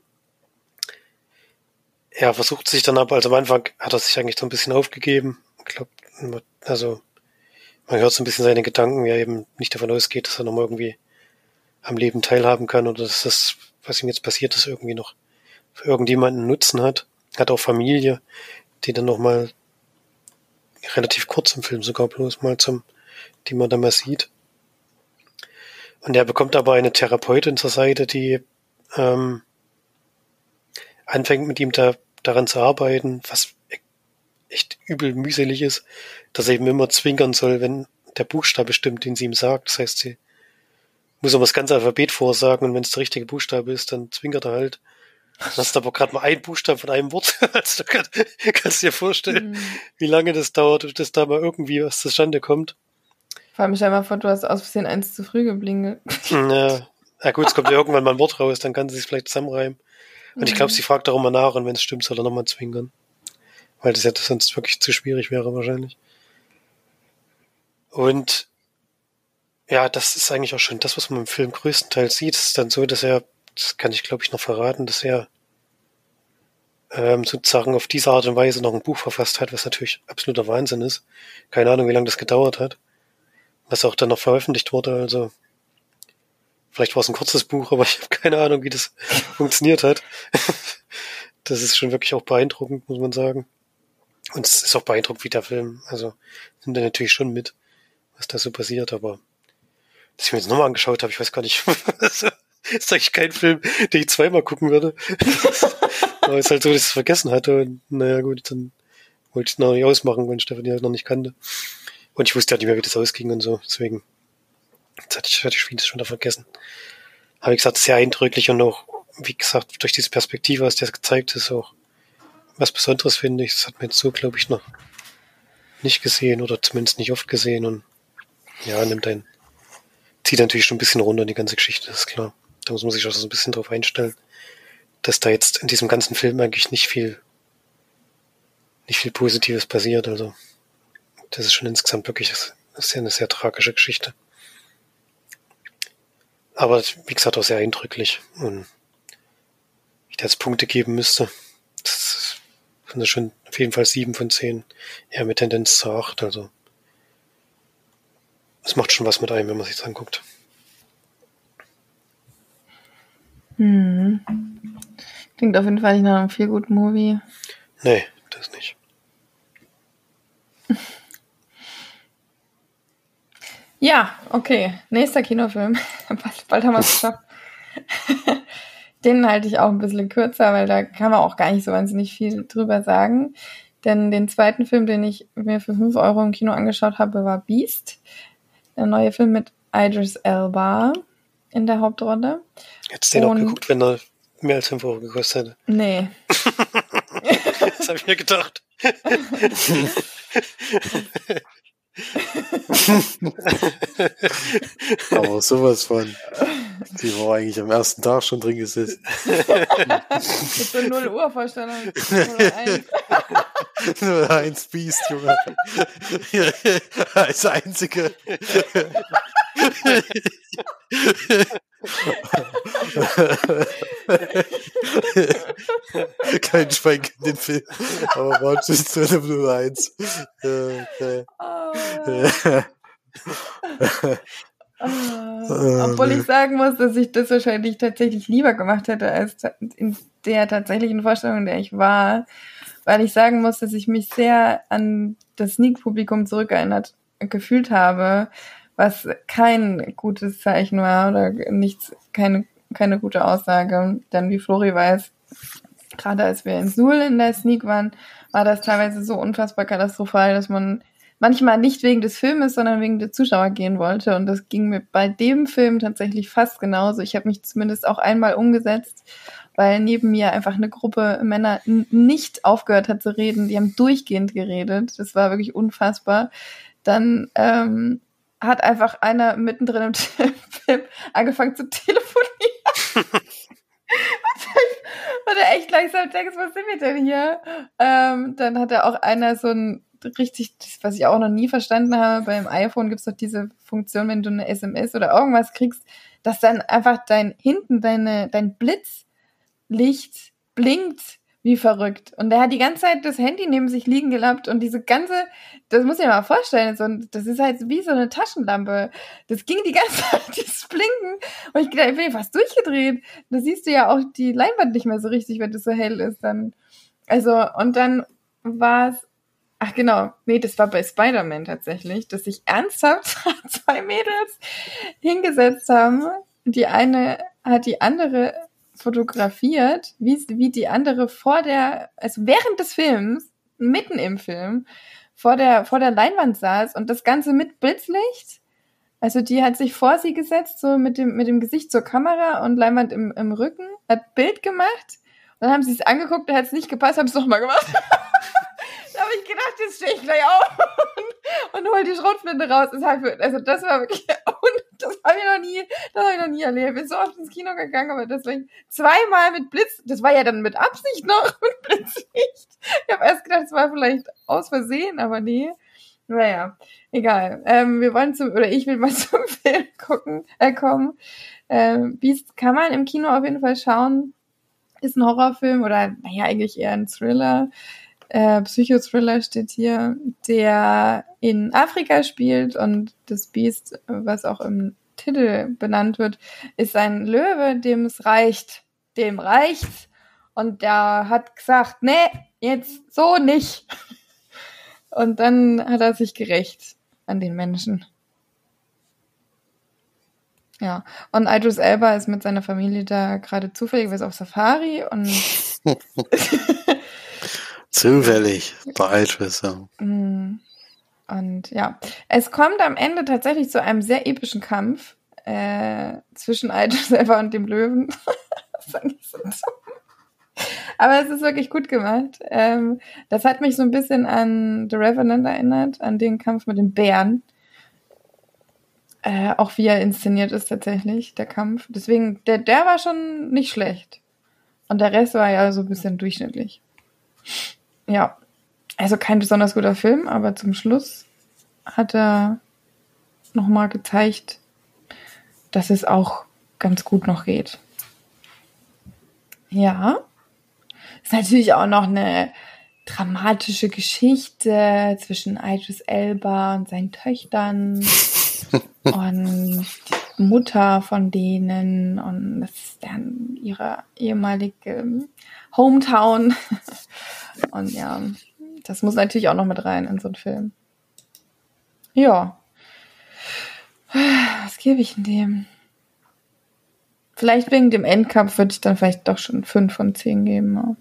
er versucht sich dann aber, also am Anfang hat er sich eigentlich so ein bisschen aufgegeben. Ich glaube, also man hört so ein bisschen seine Gedanken, wie er eben nicht davon ausgeht, dass er nochmal irgendwie am Leben teilhaben kann oder dass das, was ihm jetzt passiert ist, irgendwie noch für irgendjemanden Nutzen hat. Hat auch Familie, die dann nochmal relativ kurz im Film sogar bloß mal zum, die man da mal sieht. Und er bekommt aber eine Therapeutin zur Seite, die ähm, anfängt mit ihm da daran zu arbeiten, was echt übel mühselig ist, dass er eben immer zwinkern soll, wenn der Buchstabe stimmt, den sie ihm sagt. Das heißt, sie muss er mal das ganze Alphabet vorsagen und wenn es der richtige Buchstabe ist, dann zwinkert er halt. Dann hast du aber gerade mal einen Buchstaben von einem Wort. Also du kann, kannst dir vorstellen, mhm. wie lange das dauert, bis da mal irgendwie was zustande kommt. Vor allem stell dir mal vor, du hast aus Versehen eins zu früh geblinkt. Ja. Ja gut, es kommt ja irgendwann mal ein Wort raus, dann kann sie sich vielleicht zusammenreimen. Und mhm. ich glaube, sie fragt auch immer nach und wenn es stimmt, soll er nochmal zwinkern. Weil das ja sonst wirklich zu schwierig wäre wahrscheinlich. Und ja, das ist eigentlich auch schon das, was man im Film größtenteils sieht. Es ist dann so, dass er, das kann ich glaube ich noch verraten, dass er ähm, sozusagen auf diese Art und Weise noch ein Buch verfasst hat, was natürlich absoluter Wahnsinn ist. Keine Ahnung, wie lange das gedauert hat. Was auch dann noch veröffentlicht wurde, also vielleicht war es ein kurzes Buch, aber ich habe keine Ahnung, wie das funktioniert hat. Das ist schon wirklich auch beeindruckend, muss man sagen. Und es ist auch beeindruckend, wie der Film, also nimmt er natürlich schon mit, was da so passiert, aber dass ich mir jetzt nochmal angeschaut habe, ich weiß gar nicht, das ist eigentlich kein Film, den ich zweimal gucken würde. Aber es ist halt so, dass ich es vergessen hatte und naja gut, dann wollte ich es noch nicht ausmachen, weil Stefan die halt noch nicht kannte. Und ich wusste ja nicht mehr, wie das ausging und so, deswegen jetzt hatte ich, hatte ich vieles schon da vergessen. Aber wie gesagt, sehr eindrücklich und auch, wie gesagt, durch diese Perspektive, was der gezeigt ist, auch was Besonderes, finde ich. Das hat man jetzt so, glaube ich, noch nicht gesehen oder zumindest nicht oft gesehen und ja, nimmt einen, zieht natürlich schon ein bisschen runter in die ganze Geschichte, das ist klar. Da muss man sich auch so ein bisschen drauf einstellen, dass da jetzt in diesem ganzen Film eigentlich nicht viel, nicht viel Positives passiert, also das ist schon insgesamt wirklich das ist ja eine sehr tragische Geschichte. Aber wie gesagt auch sehr eindrücklich und wenn ich da jetzt Punkte geben müsste, das sind schon auf jeden Fall sieben von zehn, eher mit Tendenz zu acht, also es macht schon was mit einem, wenn man sich das anguckt. Hm. Klingt auf jeden Fall nicht nach einem Feel-Good-Movie. Nee, das nicht. Ja, okay. Nächster Kinofilm. bald, bald haben wir es geschafft. Den halte ich auch ein bisschen kürzer, weil da kann man auch gar nicht so wahnsinnig viel drüber sagen. Denn den zweiten Film, den ich mir für fünf Euro im Kino angeschaut habe, war Beast. Der neue Film mit Idris Elba in der Hauptrolle. Hättest du den auch geguckt, wenn er mehr als fünf Euro gekostet hätte? Nee. Das habe ich mir gedacht. Aber sowas von. Die war eigentlich am ersten Tag schon drin gesessen. Mit so null Uhr Vorstellung. null eins. null eins Beast, Junge. Als einzige. Kein Schwein kennt den Film. Aber Watch ist zwölf null eins. Okay. Oh. Uh, obwohl ich sagen muss, dass ich das wahrscheinlich tatsächlich lieber gemacht hätte als in der tatsächlichen Vorstellung, in der ich war, weil ich sagen muss, dass ich mich sehr an das Sneak-Publikum zurückerinnert gefühlt habe, was kein gutes Zeichen war oder nichts, keine, keine gute Aussage. Denn wie Flori weiß, gerade als wir in Suhl in der Sneak waren, war das teilweise so unfassbar katastrophal, dass man manchmal nicht wegen des Filmes, sondern wegen der Zuschauer gehen wollte. Und das ging mir bei dem Film tatsächlich fast genauso. Ich habe mich zumindest auch einmal umgesetzt, weil neben mir einfach eine Gruppe Männer n- nicht aufgehört hat zu reden. Die haben durchgehend geredet. Das war wirklich unfassbar. Dann ähm, hat einfach einer mittendrin im Film angefangen zu telefonieren. Und er echt langsam denkt, was sind wir denn hier? Ähm, dann hat er auch einer so ein richtig, was ich auch noch nie verstanden habe, beim iPhone gibt's doch diese Funktion, wenn du eine S M S oder irgendwas kriegst, dass dann einfach dein hinten deine dein Blitzlicht blinkt wie verrückt. Und der hat die ganze Zeit das Handy neben sich liegen gehabt und diese ganze, das muss ich mir mal vorstellen, so, das ist halt wie so eine Taschenlampe. Das ging die ganze Zeit, dieses Blinken. Und ich gedacht, ich bin fast durchgedreht. Da siehst du ja auch die Leinwand nicht mehr so richtig, wenn das so hell ist. Dann, also, und dann war es Ach genau, nee, das war bei Spider-Man tatsächlich, dass sich ernsthaft zwei Mädels hingesetzt haben. Die eine hat die andere fotografiert, wie, wie die andere vor der, also während des Films, mitten im Film, vor der, vor der Leinwand saß und das Ganze mit Blitzlicht. Also die hat sich vor sie gesetzt, so mit dem, mit dem Gesicht zur Kamera und Leinwand im, im Rücken, hat Bild gemacht. Dann haben sie es angeguckt, da hat es nicht gepasst, haben es nochmal gemacht. Da habe ich gedacht, jetzt stehe ich gleich auf und, und hol die Schrotflinte raus. Das halt für, also das war wirklich, und das habe ich noch nie, das habe ich noch nie erlebt. Ich bin so oft ins Kino gegangen, aber das war zweimal mit Blitz, das war ja dann mit Absicht noch mit Blitzlicht. Ich habe erst gedacht, es war vielleicht aus Versehen, aber nee. Naja, egal. Ähm, wir wollen zum, oder ich will mal zum Film gucken, äh, kommen. Ähm, Beast kann man im Kino auf jeden Fall schauen. Ist ein Horrorfilm oder, naja, eigentlich eher ein Thriller. Äh, Psychothriller steht hier, der in Afrika spielt und das Biest, was auch im Titel benannt wird, ist ein Löwe, dem es reicht. Dem reicht's. Und der hat gesagt, nee, jetzt so nicht. Und dann hat er sich gerächt an den Menschen. Ja, und Idris Elba ist mit seiner Familie da gerade zufälligerweise auf Safari und Zufällig, bei Idris, ja. Und ja, es kommt am Ende tatsächlich zu einem sehr epischen Kampf äh, zwischen Idris Elba und dem Löwen. Das ist eigentlich so dumm. Aber es ist wirklich gut gemacht. Ähm, das hat mich so ein bisschen an The Revenant erinnert, an den Kampf mit den Bären. Äh, auch wie er inszeniert ist tatsächlich, der Kampf. Deswegen, der, der war schon nicht schlecht. Und der Rest war ja so ein bisschen durchschnittlich. Ja, also kein besonders guter Film, aber zum Schluss hat er nochmal gezeigt, dass es auch ganz gut noch geht. Ja. Ist natürlich auch noch eine dramatische Geschichte zwischen Idris Elba und seinen Töchtern und die Mutter von denen und das ist dann ihre ehemalige Hometown. Und ja, das muss natürlich auch noch mit rein in so einen Film. Ja. Was gebe ich denn dem? Vielleicht wegen dem Endkampf würde ich dann vielleicht doch schon fünf von zehn geben. Ja.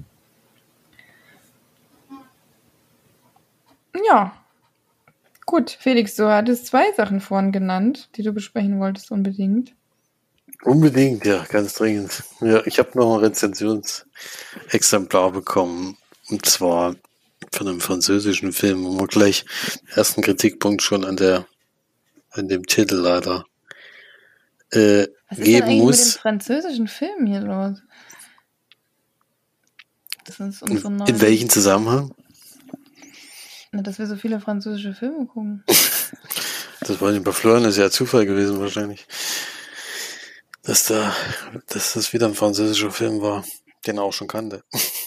Ja, gut, Felix, du hattest zwei Sachen vorhin genannt, die du besprechen wolltest unbedingt. Unbedingt, ja, ganz dringend. Ja, ich habe noch ein Rezensionsexemplar bekommen, und zwar von einem französischen Film, wo wir gleich den ersten Kritikpunkt schon an der an dem Titel leider äh, Was ist geben denn eigentlich muss. mit dem französischen Film hier los? Das ist unsere In, neue... in welchem Zusammenhang? Na, dass wir so viele französische Filme gucken. Das war nicht bei Florian, das ist ja Zufall gewesen wahrscheinlich. Dass da, dass das wieder ein französischer Film war, den er auch schon kannte.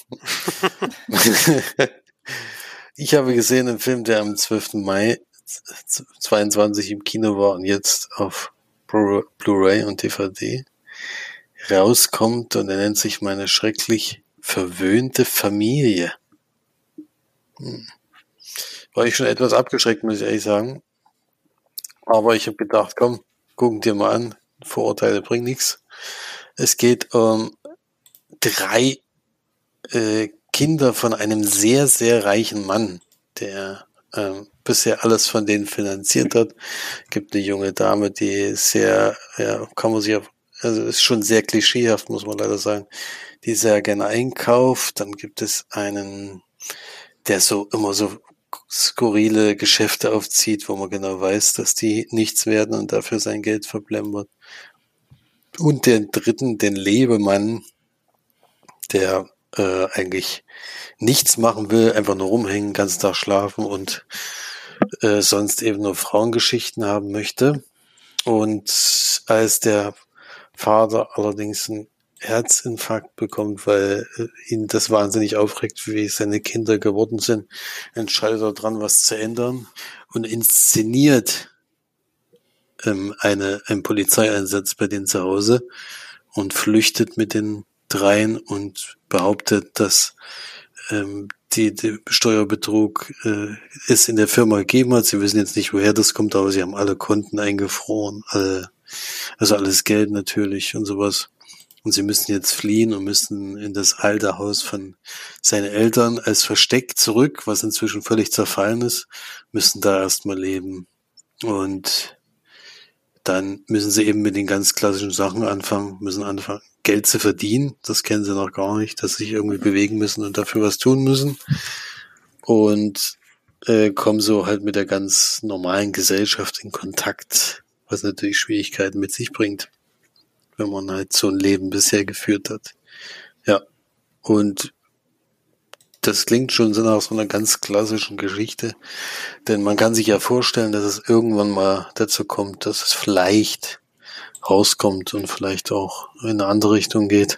Ich habe gesehen einen Film, der am zwölften Mai zweiundzwanzig im Kino war und jetzt auf Blu-ray und D V D rauskommt, und er nennt sich Meine schrecklich verwöhnte Familie. Hm. War ich schon etwas abgeschreckt, muss ich ehrlich sagen. Aber ich habe gedacht, komm, gucken dir mal an. Vorurteile bringen nichts. Es geht um drei äh, Kinder von einem sehr, sehr reichen Mann, der ähm, bisher alles von denen finanziert hat. Gibt eine junge Dame, die sehr, ja, kann man sich auf, also ist schon sehr klischeehaft, muss man leider sagen, die sehr gerne einkauft. Dann gibt es einen, der so immer so skurrile Geschäfte aufzieht, wo man genau weiß, dass die nichts werden und dafür sein Geld verplempert. Und den dritten, den Lebemann, der äh, eigentlich nichts machen will, einfach nur rumhängen, den ganzen Tag schlafen und äh, sonst eben nur Frauengeschichten haben möchte. Und als der Vater allerdings einen Herzinfarkt bekommt, weil äh, ihn das wahnsinnig aufregt, wie seine Kinder geworden sind, entscheidet er dran, was zu ändern und inszeniert ähm, eine, einen Polizeieinsatz bei denen zu Hause und flüchtet mit den dreien und behauptet, dass ähm, die, die Steuerbetrug äh, es in der Firma gegeben hat. Sie wissen jetzt nicht, woher das kommt, aber sie haben alle Konten eingefroren, alle, also alles Geld natürlich und sowas. Und sie müssen jetzt fliehen und müssen in das alte Haus von seinen Eltern als Versteck zurück, was inzwischen völlig zerfallen ist, müssen da erstmal leben. Und dann müssen sie eben mit den ganz klassischen Sachen anfangen, müssen anfangen, Geld zu verdienen. Das kennen sie noch gar nicht, dass sie sich irgendwie bewegen müssen und dafür was tun müssen. Und äh, kommen so halt mit der ganz normalen Gesellschaft in Kontakt, was natürlich Schwierigkeiten mit sich bringt, wenn man halt so ein Leben bisher geführt hat. Ja, und das klingt schon so nach so einer ganz klassischen Geschichte, denn man kann sich ja vorstellen, dass es irgendwann mal dazu kommt, dass es vielleicht rauskommt und vielleicht auch in eine andere Richtung geht.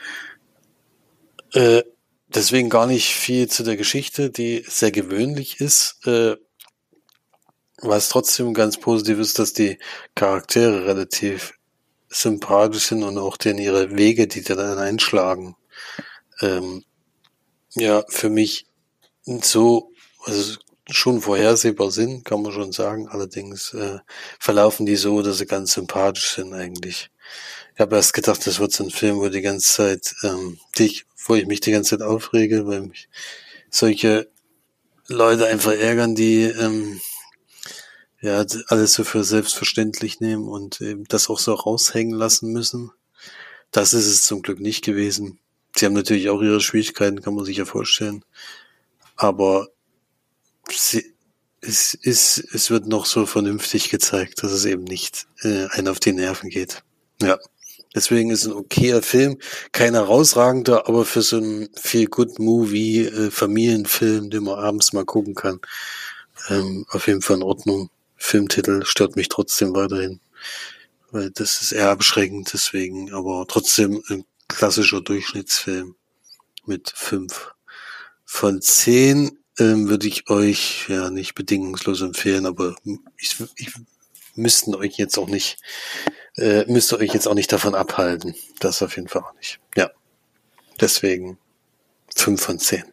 Äh, deswegen gar nicht viel zu der Geschichte, die sehr gewöhnlich ist. Äh, was trotzdem ganz positiv ist, dass die Charaktere relativ sympathisch sind und auch denen ihre Wege, die da dann einschlagen, ähm, ja, für mich so, also schon vorhersehbar sind, kann man schon sagen. Allerdings äh, verlaufen die so, dass sie ganz sympathisch sind eigentlich. Ich habe erst gedacht, das wird so ein Film, wo die ganze Zeit, ähm, dich, wo ich mich die ganze Zeit aufrege, weil mich solche Leute einfach ärgern, die ähm, ja alles so für selbstverständlich nehmen und eben das auch so raushängen lassen müssen. Das ist es zum Glück nicht gewesen. Sie haben natürlich auch ihre Schwierigkeiten, kann man sich ja vorstellen. Aber sie, es, es, es wird noch so vernünftig gezeigt, dass es eben nicht äh, einen auf die Nerven geht. Ja, deswegen ist ein okayer Film, kein herausragender, aber für so einen Feel-Good-Movie, äh, Familienfilm, den man abends mal gucken kann, ähm, auf jeden Fall in Ordnung. Filmtitel stört mich trotzdem weiterhin, weil das ist eher abschreckend, deswegen, aber trotzdem ein klassischer Durchschnittsfilm mit fünf von zehn ähm, würde ich euch ja nicht bedingungslos empfehlen, aber ich, ich müssten euch jetzt auch nicht, äh, müsst ihr euch jetzt auch nicht davon abhalten. Das auf jeden Fall auch nicht. Ja, deswegen fünf von zehn.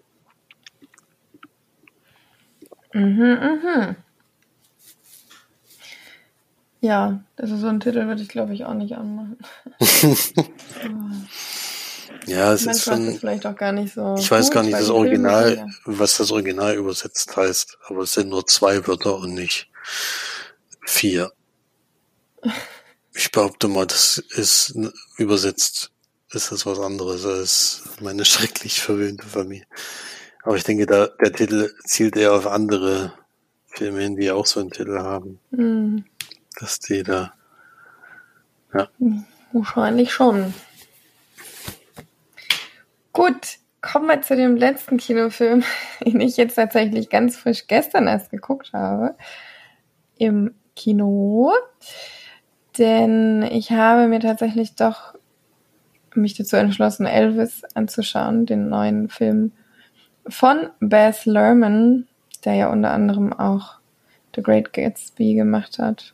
Mhm, mhm. Ja, das ist so ein Titel, würde ich glaube ich auch nicht anmachen. Ja, es Manchmal ist schon, ist es vielleicht auch gar nicht so. ich weiß gut, gar nicht weil das die Filme sind Original, ja- was das Original übersetzt heißt, aber es sind nur zwei Wörter und nicht vier. Ich behaupte mal, das ist n- übersetzt, ist das was anderes als meine schrecklich verwöhnte Familie. Aber ich denke, da der Titel zielt eher auf andere Filme hin, die auch so einen Titel haben, Hm, dass die da, wahrscheinlich schon. Gut, kommen wir zu dem letzten Kinofilm, den ich jetzt tatsächlich ganz frisch gestern erst geguckt habe. Im Kino. Denn ich habe mir tatsächlich doch mich dazu entschlossen, Elvis anzuschauen, den neuen Film von Baz Luhrmann, der ja unter anderem auch The Great Gatsby gemacht hat.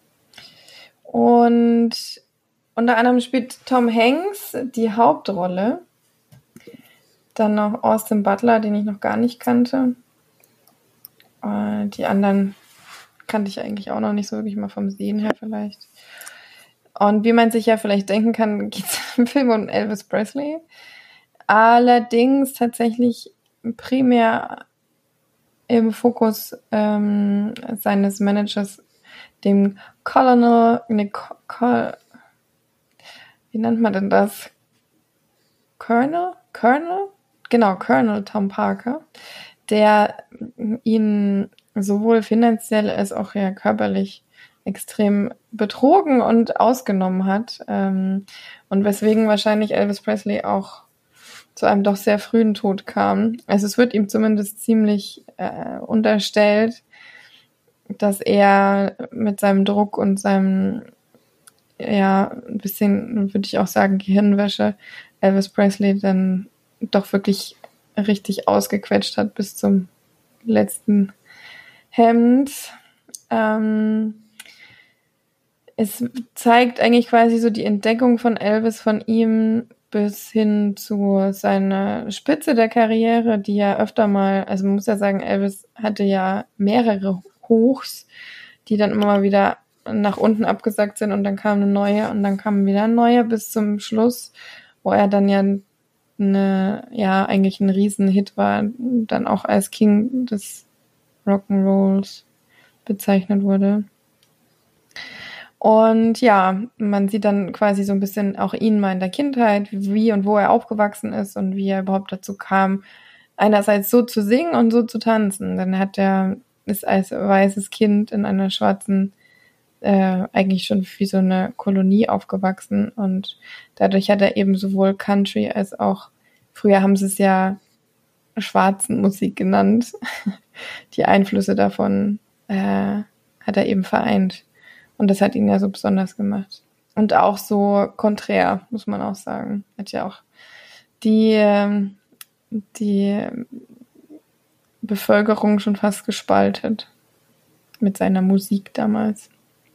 Und unter anderem spielt Tom Hanks die Hauptrolle. Dann noch Austin Butler, den ich noch gar nicht kannte. Äh, die anderen kannte ich eigentlich auch noch nicht so wirklich, mal vom Sehen her vielleicht. Und wie man sich ja vielleicht denken kann, geht es im Film um Elvis Presley. Allerdings tatsächlich primär im Fokus ähm, seines Managers, dem Colonel, ne, Co- Co- wie nennt man denn das? Colonel? Colonel? Genau, Colonel Tom Parker, der ihn sowohl finanziell als auch ja körperlich extrem betrogen und ausgenommen hat. Ähm, und weswegen wahrscheinlich Elvis Presley auch zu einem doch sehr frühen Tod kam. Also es wird ihm zumindest ziemlich äh, unterstellt, dass er mit seinem Druck und seinem, ja, ein bisschen, würde ich auch sagen, Gehirnwäsche, Elvis Presley dann doch wirklich richtig ausgequetscht hat bis zum letzten Hemd. Ähm, es zeigt eigentlich quasi so die Entdeckung von Elvis von ihm bis hin zu seiner Spitze der Karriere, die ja öfter mal, also man muss ja sagen, Elvis hatte ja mehrere Hochs, die dann immer mal wieder nach unten abgesackt sind und dann kam eine neue und dann kam wieder ein neuer bis zum Schluss, wo er dann ja eine, ja, eigentlich ein Riesenhit war, dann auch als King des Rock'n'Rolls bezeichnet wurde. Und ja, man sieht dann quasi so ein bisschen auch ihn mal in der Kindheit, wie und wo er aufgewachsen ist und wie er überhaupt dazu kam, einerseits so zu singen und so zu tanzen. Dann hat er, ist als weißes Kind in einer schwarzen, äh, eigentlich schon wie so eine Kolonie aufgewachsen und dadurch hat er eben sowohl Country als auch, früher haben sie es ja schwarzen Musik genannt, die Einflüsse davon äh, hat er eben vereint. Und das hat ihn ja so besonders gemacht. Und auch so konträr, muss man auch sagen. Hat ja auch die, die Bevölkerung schon fast gespaltet mit seiner Musik damals.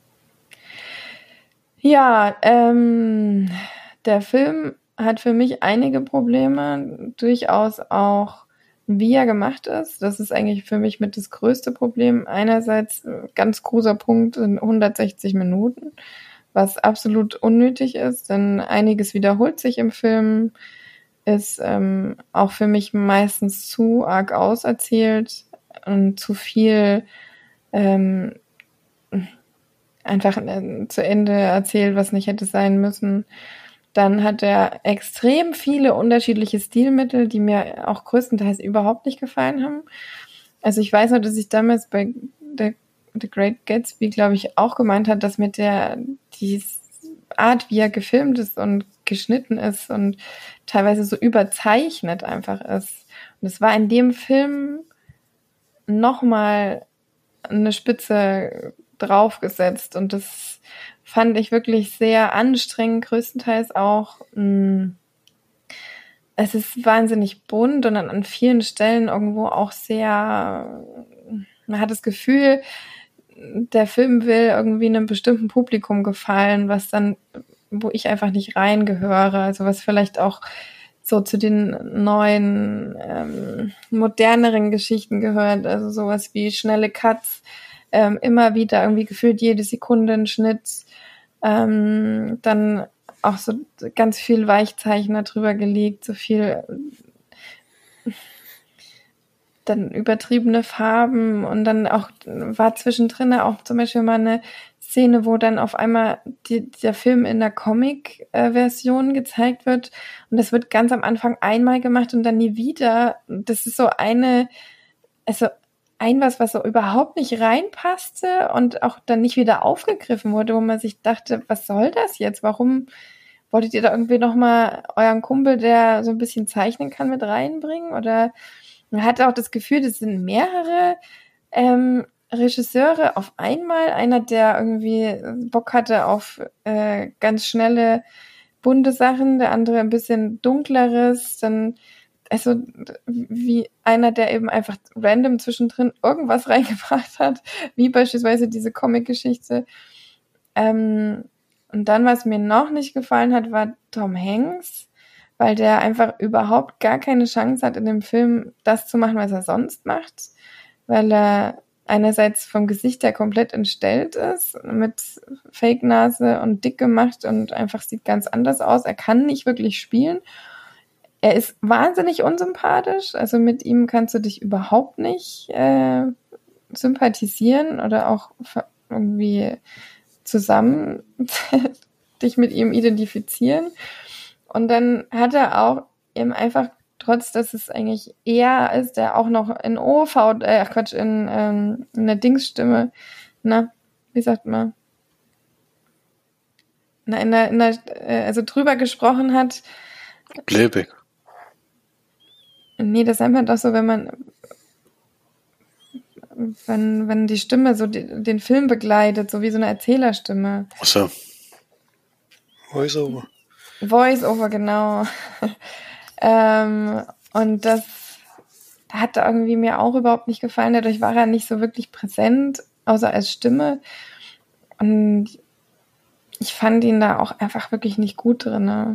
Ja, ähm, der Film hat für mich einige Probleme, durchaus auch wie er gemacht ist. Das ist eigentlich für mich mit das größte Problem. Einerseits ganz großer Punkt sind hundertsechzig Minuten, was absolut unnötig ist, denn einiges wiederholt sich im Film, ist ähm, auch für mich meistens zu arg auserzählt und zu viel ähm, einfach äh, zu Ende erzählt, was nicht hätte sein müssen. Dann hat er extrem viele unterschiedliche Stilmittel, die mir auch größtenteils überhaupt nicht gefallen haben. Also ich weiß noch, dass ich damals bei The, The Great Gatsby, glaube ich, auch gemeint hat, dass mit der die Art, wie er gefilmt ist und geschnitten ist und teilweise so überzeichnet einfach ist. Und es war in dem Film nochmal eine Spitze draufgesetzt und das fand ich wirklich sehr anstrengend, größtenteils auch. Mh, es ist wahnsinnig bunt und an, an vielen Stellen irgendwo auch sehr, man hat das Gefühl, der Film will irgendwie einem bestimmten Publikum gefallen, was dann, wo ich einfach nicht reingehöre, also was vielleicht auch so zu den neuen, ähm, moderneren Geschichten gehört, also sowas wie schnelle Cuts, ähm, immer wieder irgendwie gefühlt jede Sekunde ein Schnitt, ähm, dann auch so ganz viel Weichzeichner drüber gelegt, so viel dann übertriebene Farben und dann auch war zwischendrin auch zum Beispiel mal eine Szene, wo dann auf einmal die, der Film in der Comic-Version gezeigt wird und das wird ganz am Anfang einmal gemacht und dann nie wieder. Das ist so eine, also ein was, was so überhaupt nicht reinpasste und auch dann nicht wieder aufgegriffen wurde, wo man sich dachte, was soll das jetzt? Warum wolltet ihr da irgendwie nochmal euren Kumpel, der so ein bisschen zeichnen kann, mit reinbringen? Oder man hatte auch das Gefühl, das sind mehrere ähm, Regisseure auf einmal. Einer, der irgendwie Bock hatte auf äh, ganz schnelle, bunte Sachen, der andere ein bisschen dunkleres, dann also wie einer, der eben einfach random zwischendrin irgendwas reingebracht hat, wie beispielsweise diese Comic-Geschichte. Ähm, und dann, was mir noch nicht gefallen hat, war Tom Hanks, weil der einfach überhaupt gar keine Chance hat, in dem Film das zu machen, was er sonst macht, weil er einerseits vom Gesicht her komplett entstellt ist, mit Fake-Nase und dick gemacht und einfach sieht ganz anders aus. Er kann nicht wirklich spielen. Er ist wahnsinnig unsympathisch, also mit ihm kannst du dich überhaupt nicht äh, sympathisieren oder auch irgendwie zusammen dich mit ihm identifizieren. Und dann hat er auch eben einfach, trotz dass es eigentlich er ist, der auch noch in O V, äh, Quatsch, in, ähm, in der Dingsstimme, na, wie sagt man? Na, in der, in der, äh, also drüber gesprochen hat. Playback. Nee, das nennt man doch so, wenn man, wenn, wenn die Stimme so die, den Film begleitet, so wie so eine Erzählerstimme. Ach so. Voice-over. Voice-over, genau. ähm, und das hat irgendwie mir auch überhaupt nicht gefallen. Dadurch war er nicht so wirklich präsent, außer als Stimme. Und ich fand ihn da auch einfach wirklich nicht gut drin.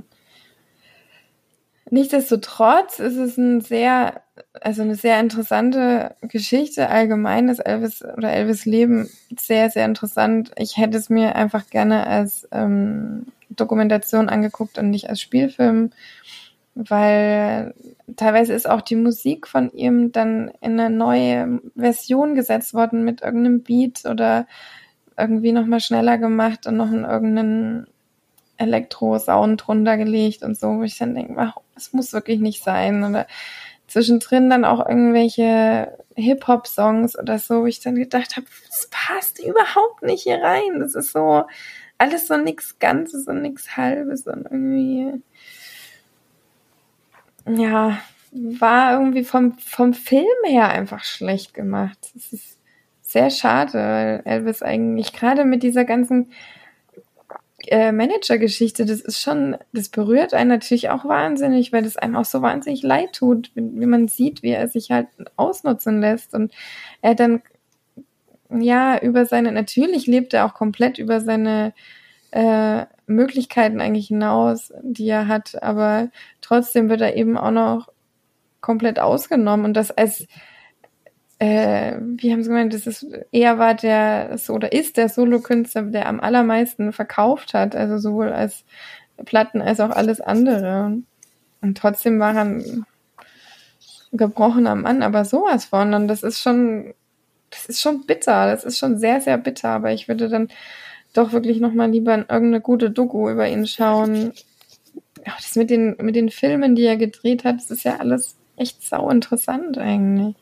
Nichtsdestotrotz ist es ein sehr, also eine sehr interessante Geschichte. Allgemein ist Elvis oder Elvis Leben sehr, sehr interessant. Ich hätte es mir einfach gerne als ähm, Dokumentation angeguckt und nicht als Spielfilm, weil teilweise ist auch die Musik von ihm dann in eine neue Version gesetzt worden mit irgendeinem Beat oder irgendwie nochmal schneller gemacht und noch in irgendeinen Elektro-Sound drunter gelegt und so, wo ich dann denke, wow, das muss wirklich nicht sein. Oder zwischendrin dann auch irgendwelche Hip-Hop-Songs oder so, wo ich dann gedacht habe, das passt überhaupt nicht hier rein. Das ist so alles so nix Ganzes und nix Halbes und irgendwie, ja, war irgendwie vom, vom Film her einfach schlecht gemacht. Das ist sehr schade, weil Elvis eigentlich gerade mit dieser ganzen äh, Manager-Geschichte, das ist schon, das berührt einen natürlich auch wahnsinnig, weil das einem auch so wahnsinnig leid tut, wie, wie man sieht, wie er sich halt ausnutzen lässt und er dann ja über seine, natürlich lebt er auch komplett über seine äh, Möglichkeiten eigentlich hinaus, die er hat, aber trotzdem wird er eben auch noch komplett ausgenommen und das als Äh, wie haben sie gemeint, das ist, er war der, so, oder ist der Solokünstler, der am allermeisten verkauft hat, also sowohl als Platten als auch alles andere. Und trotzdem war er ein gebrochener Mann, aber sowas von. Und das ist schon, das ist schon bitter, das ist schon sehr, sehr bitter, aber ich würde dann doch wirklich nochmal lieber in irgendeine gute Doku über ihn schauen. Ja, das mit den, mit den Filmen, die er gedreht hat, das ist ja alles echt sau interessant eigentlich.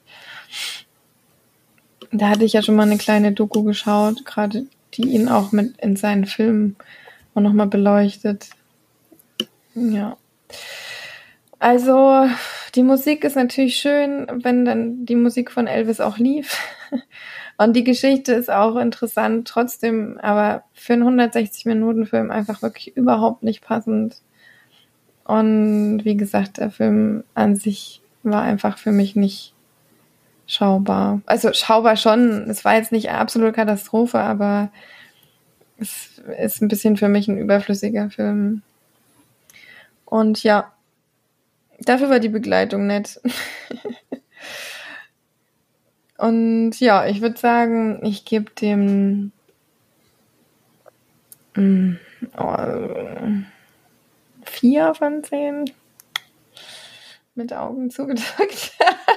Da hatte ich ja schon mal eine kleine Doku geschaut, gerade die ihn auch mit in seinen Filmen auch nochmal beleuchtet. Ja. Also, die Musik ist natürlich schön, wenn dann die Musik von Elvis auch lief. Und die Geschichte ist auch interessant, trotzdem, aber für einen hundertsechzig-Minuten-Film einfach wirklich überhaupt nicht passend. Und wie gesagt, der Film an sich war einfach für mich nicht schaubar. Also schaubar schon, es war jetzt nicht eine absolute Katastrophe, aber es ist ein bisschen für mich ein überflüssiger Film. Und ja, dafür war die Begleitung nett. Und ja, ich würde sagen, ich gebe dem mh, oh, vier von zehn mit Augen zugedrückt.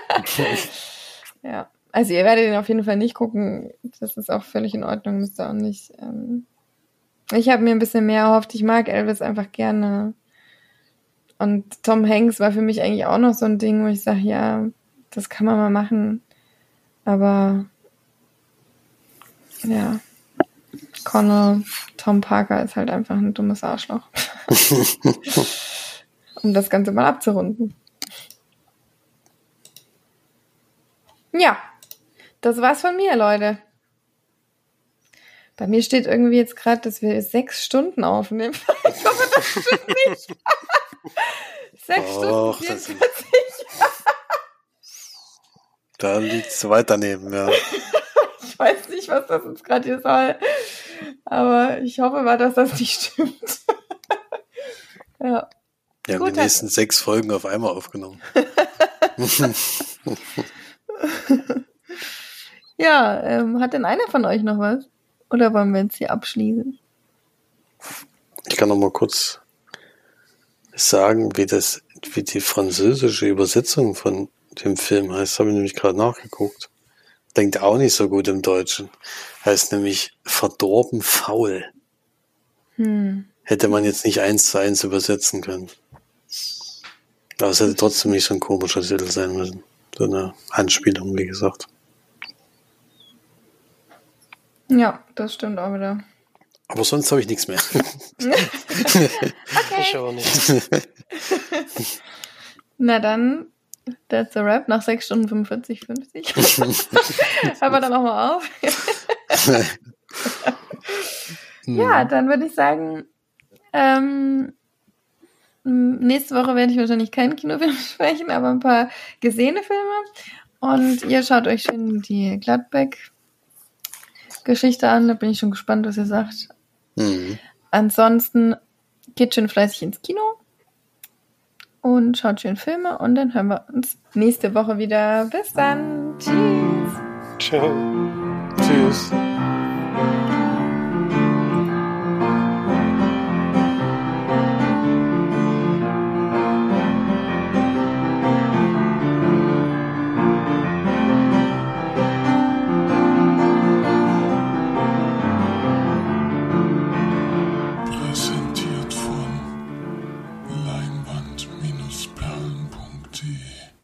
Ja, also ihr werdet ihn auf jeden Fall nicht gucken. Das ist auch völlig in Ordnung, müsst ihr auch nicht. Ähm ich habe mir ein bisschen mehr erhofft. Ich mag Elvis einfach gerne. Und Tom Hanks war für mich eigentlich auch noch so ein Ding, wo ich sage, ja, das kann man mal machen. Aber ja, Connor, Tom Parker ist halt einfach ein dummes Arschloch. Um das Ganze mal abzurunden. Ja, das war's von mir, Leute. Bei mir steht irgendwie jetzt gerade, dass wir sechs Stunden aufnehmen. Ich hoffe, das stimmt nicht. Sechs Och, Stunden das- vierundvierzig. Da liegt's weit daneben, ja. Ich weiß nicht, was das jetzt gerade hier soll. Aber ich hoffe mal, dass das nicht stimmt. Ja. Wir haben Gut, die nächsten sechs Folgen auf einmal aufgenommen. Ja, ähm, hat denn einer von euch noch was? Oder wollen wir jetzt hier abschließen? Ich kann noch mal kurz sagen, wie das, wie die französische Übersetzung von dem Film heißt. Habe ich nämlich gerade nachgeguckt. Denkt auch nicht so gut im Deutschen. Heißt nämlich verdorben faul. Hm. Hätte man jetzt nicht eins zu eins übersetzen können. Aber es hätte trotzdem nicht so ein komischer Titel sein müssen. So eine Anspielung, wie gesagt. Ja, das stimmt auch wieder. Aber sonst habe ich nichts mehr. Okay. Ich auch nicht. Na dann, that's a wrap nach sechs Stunden fünfundvierzig, fünfzig. Hören wir dann nochmal auf. Ja, dann würde ich sagen, ähm, nächste Woche werde ich wahrscheinlich keinen Kinofilm sprechen, aber ein paar gesehene Filme. Und ihr schaut euch schön die Gladbeck-Geschichte an. Da bin ich schon gespannt, was ihr sagt. Mhm. Ansonsten geht schön fleißig ins Kino und schaut schön Filme und dann hören wir uns nächste Woche wieder. Bis dann. Tschüss. Ciao. Tschüss.